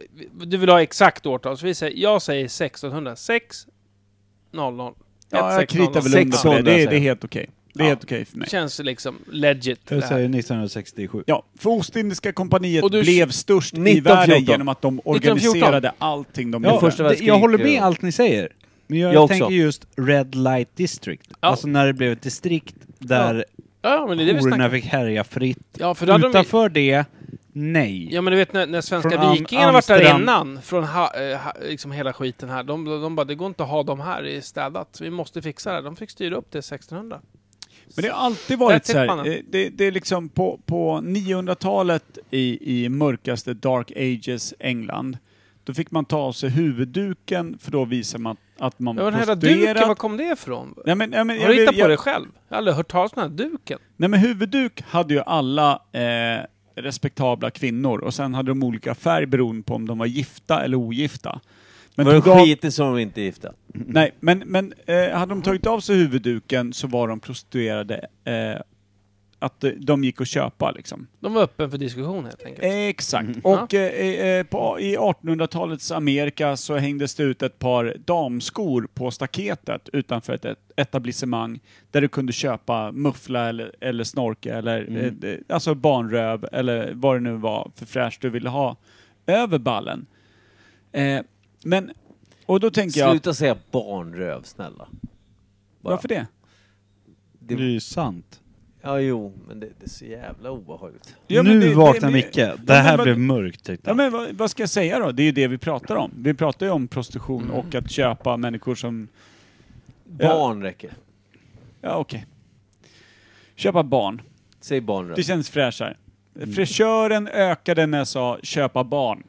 Du vill ha exakt årtal. Så vi säger, jag säger sextonhundra. sex noll noll. Ja, jag kritar väl under det. Det är, det är helt okej. Okay. Det är ja. helt okej okay för mig. Känns liksom legit. Jag säger nittonhundrasextiosju. Ja, för Ostindiska kompaniet du, blev störst i världen genom att de organiserade allting de ja, gjorde. Första det, jag håller med allt ni säger. Men jag, jag tänker just Red Light District. Ja. Alltså när det blev ett distrikt där ja. Ja, men det är det hororna fick härja fritt. Ja, för då utanför de... det, nej. Ja, men du vet när, när svenska från vikingarna varit där innan, från ha, ha, liksom hela skiten här, de, de bara, det går inte att ha dem här i städat. Vi måste fixa det. De fick styra upp det sextonhundra. Men det har alltid varit så här, det, det är liksom på, på niohundratalet i, i mörkaste Dark Ages England, då fick man ta av sig huvudduken för då visar man att man var prostituerad. Den här duken, var kom det ifrån? Nej, men, ja, men, har du hittat på jag, det själv? Jag har aldrig hört talas om den här duken. Nej, men huvudduk hade ju alla eh, respektabla kvinnor och sen hade de olika färg beroende på om de var gifta eller ogifta. Men var det skit som de inte är gifta? Nej, men, men eh, hade de tagit av sig huvudduken så var de prostituerade eh, att de gick och köpa liksom. De var öppen för diskussion helt enkelt. Exakt. Mm. Och ja. eh, på, i artonhundratalets Amerika så hängdes det ut ett par damskor på staketet utanför ett, ett etablissemang där du kunde köpa muffla eller, eller snorke eller mm. eh, alltså barnröv eller vad det nu var för fräscht du ville ha över ballen. Eh, men, och då tänker jag... Sluta säga barnröv, snälla. Bara. Varför det? Det är ju sant. Ja, jo, men det, det är så jävla obehagligt. Ja, men nu det- vaknar det- Micke. Det Ja, men här vad- blev mörkt tyckte Ja, jag. men vad, vad ska jag säga då? Det är ju det vi pratar om. Vi pratar ju om prostitution och att köpa människor som... Barn räcker. Ja, okej. Köpa barn. Säg barnröv. Det känns fräschare. Fräschören ökade när jag sa köpa barn.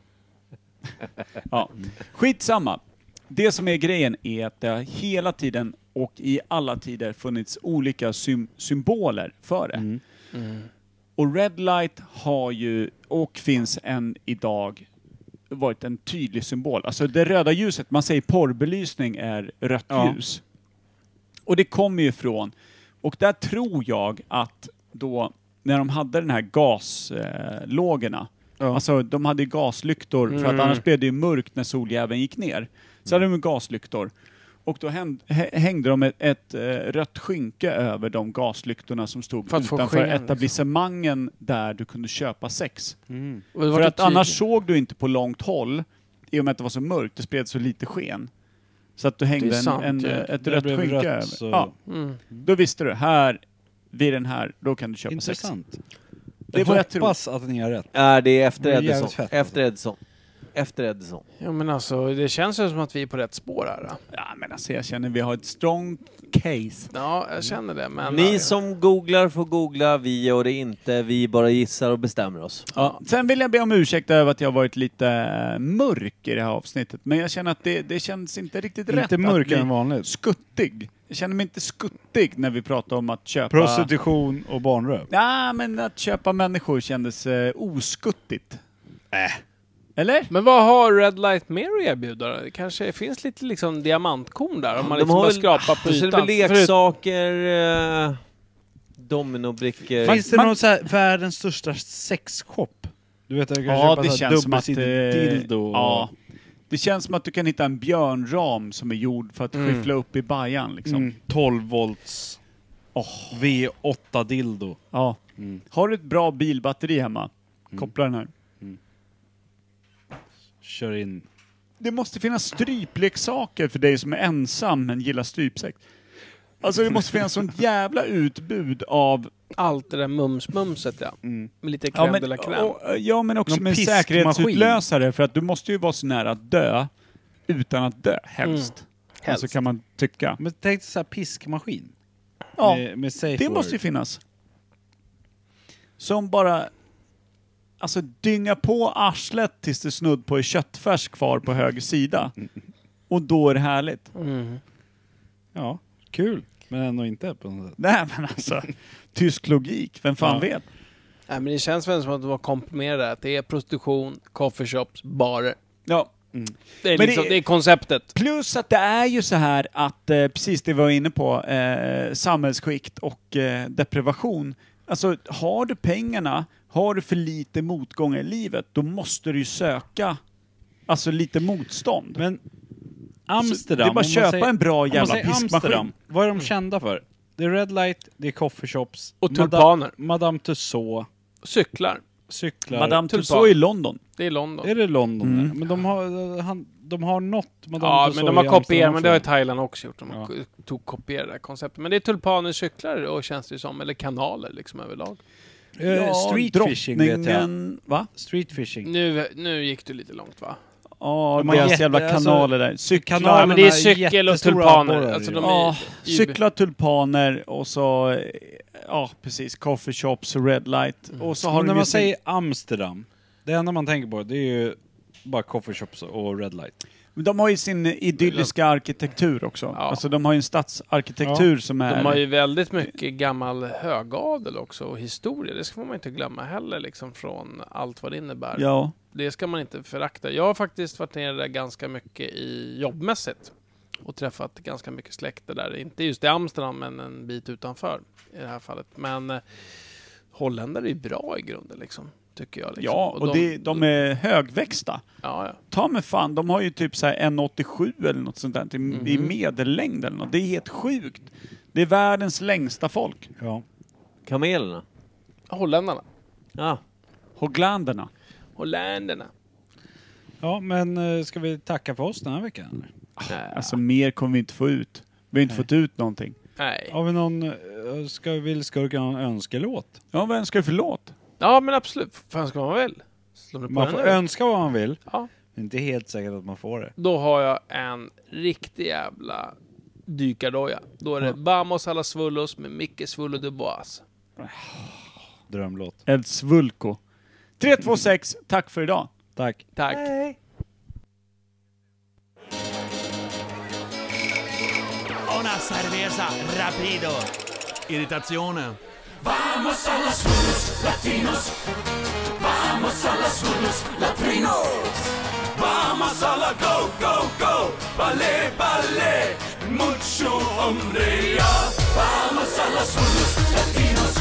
Ja. Skitsamma. Det som är grejen är att det har hela tiden och i alla tider funnits olika sym- symboler för det. Mm. Och Red Light har ju, och finns än idag, varit en tydlig symbol. Alltså det röda ljuset, man säger porrbelysning är rött Ja. ljus. Och det kommer ju ifrån, och där tror jag att då, när de hade den här gaslågorna, Ja. alltså de hade ju gaslyktor, för att annars blev det ju mörkt när soljäveln gick ner. Så hade de ju gaslyktor. Och då häng, hä- hängde de ett, ett eh, rött skynke över de gaslyktorna som stod För att få utanför sken, liksom. etablissemangen där du kunde köpa sex. Mm. Och det var För så att annars tydligt. såg du inte på långt håll, i och med att det var så mörkt, det spred så lite sken. Så att du hängde en, sant, en, ja. ett Det rött blev skynke rött, över. så- Ja, Mm. då visste du, här, vid den här, då kan du köpa sex. Intressant. Det är Jag vad jag tror. hoppas att ni har rätt. Är det är efter Det är jävligt Edison. fett. Efter Edison. Efter Edison. Ja men alltså, det känns ju som att vi är på rätt spår här. Då. Ja, men alltså jag känner vi har ett strong case. Ja, jag känner det. Men Ni som googlar får googla, vi gör det inte. Vi bara gissar och bestämmer oss. Ja. Sen vill jag be om ursäkt över att jag har varit lite eh, mörk i det här avsnittet. Men jag känner att det, det känns inte riktigt rätt Lite att mörkare bli än vanligt. skuttig. Jag känner mig inte skuttig när vi pratar om att köpa... Prostitution och barnröv. Ja, men att köpa människor kändes eh, oskuttigt. Äh. Eller? Men vad har Red Light mer att erbjuda då? Det kanske finns lite liksom diamantkorn där om man De liksom har bara väl- skrapar på Då är det ytan. väl leksaker, eh, dominobrickor. Finns det man- någon så här världens största sexshop? Du vet att du kan Ja, köpa det så här känns som att... dubbelsidig eh, dildo och... Ja. Det känns som att du kan hitta en björnram som är gjord för att Mm. skiffla upp i bajan liksom. Mm, tolv volts V åtta dildo. Ja. Mm. Har du ett bra bilbatteri hemma, koppla den här. Kör in. Det måste finnas strypleksaker för dig som är ensam men gillar strypsex. Alltså det måste finnas sånt jävla utbud av... Allt det där mums-mumset ja. Mm. Med lite Ja crème de men, la crème. och, ja, men också Någon med piskmaskin. säkerhetsutlösare, för att du måste ju vara så nära att dö utan att dö, helst. Helst. Alltså kan man tycka. Men tänk dig så här piskmaskin. Ja, Med, med safe det word. måste ju finnas. Som bara... Alltså dynga på arslet tills det snudd på är köttfärs kvar på höger sida. Och då är det härligt. Mm. Ja, kul. Men ändå inte på något sätt. Nej men alltså, tysk logik, vem fan Ja. vet? Nej, men det känns väl som att det var komprimerat. Att det är prostitution, coffeeshops, barer. Ja. Det är, Men liksom, det- det är konceptet. Plus att det är ju så här att, eh, precis det vi var inne på, eh, samhällsskikt och eh, deprivation. Alltså har du pengarna, har du för lite motgångar i livet, då måste du ju söka alltså lite motstånd. Men Amsterdam. det är bara om man att köpa säger- en bra om man jävla säger piskmaskin. Amsterdam, vad är de kända för? Det är Red Light, det är coffeeshops. Och Mada- tulpaner. Madame Tussauds, Cyklar. cyklar. Madame Tulpan. Tussauds i London. Det är London. Är det London? Mm. där? Men de har, han, de har något Madame Ja, Tussauds men de har i Amsterdam kopierat, men det har ju också. Thailand också gjort. De Ja. ja. tog kopierat det här konceptet. Men det är tulpaner, cyklar och känns det ju som, eller kanaler liksom överlag. Eh, street fishing vet jag. drottningen- Va? Street fishing. Nu, nu gick du lite långt va? Ja, De har deras jätte- jävla alltså, kanaler där. Cyklar, kanalerna Ja, men det är är cykel och jättestora tulpaner. abborrar Alltså, ju. de ja, är, cyklar, tulpaner och så, eh, ja precis, coffeeshops och red light. Och så har Men de när ju man sin- säger Amsterdam, det enda man tänker på det är ju bara coffeeshops och red light. De har ju sin idylliska arkitektur också. Ja. Alltså de har ju en stadsarkitektur som är... De har ju väldigt mycket gammal högadel också och historia. Det ska man inte glömma heller liksom från allt vad det innebär. Ja. Det ska man inte förakta. Jag har faktiskt varit nere där ganska mycket i jobbmässigt och träffat ganska mycket släkter där. Inte just i Amsterdam men en bit utanför i det här fallet. Men eh, holländare är ju bra i grunden liksom. Tycker jag. Liksom. Ja, och, de, det, de är högväxta. Ja, ja. Ta med fan, de har ju typ så här en komma åttiosju eller något sånt där i, Mhm. i medellängd eller något. Det är helt sjukt. Det är världens längsta folk. Ja. Kamelerna. Holländarna. Ja. Hogländerna. Holländarna. Ja, men eh, ska vi tacka för oss den här veckan? Eller? Alltså mer kommer vi inte få ut. Vi har inte Nej. fått ut någonting. Nej. Har vi någon, eh, ska, vill skurken ha en önskelåt? Ja, vad önskar du för låt? Ja, men absolut. Fan ska man väl? Slå på Man den får nu. önska vad man vill. Ja. Det är inte helt säkert att man får det. Då har jag en riktig jävla dykardoja. Då är det Ja. Vamos a las Svullos med Micke Svullo Dubois. Drömlåt. El Svulko. tre två sex, tack för idag. Tack. Tack. Una cerveza rapido. Irritazione. Vamos a las Svullos latinos. Vamos a las Svullos latinos. Vamos a la go, go, go. Vale, vale. Mucho hombre ya. Vamos a las Svullos latinos.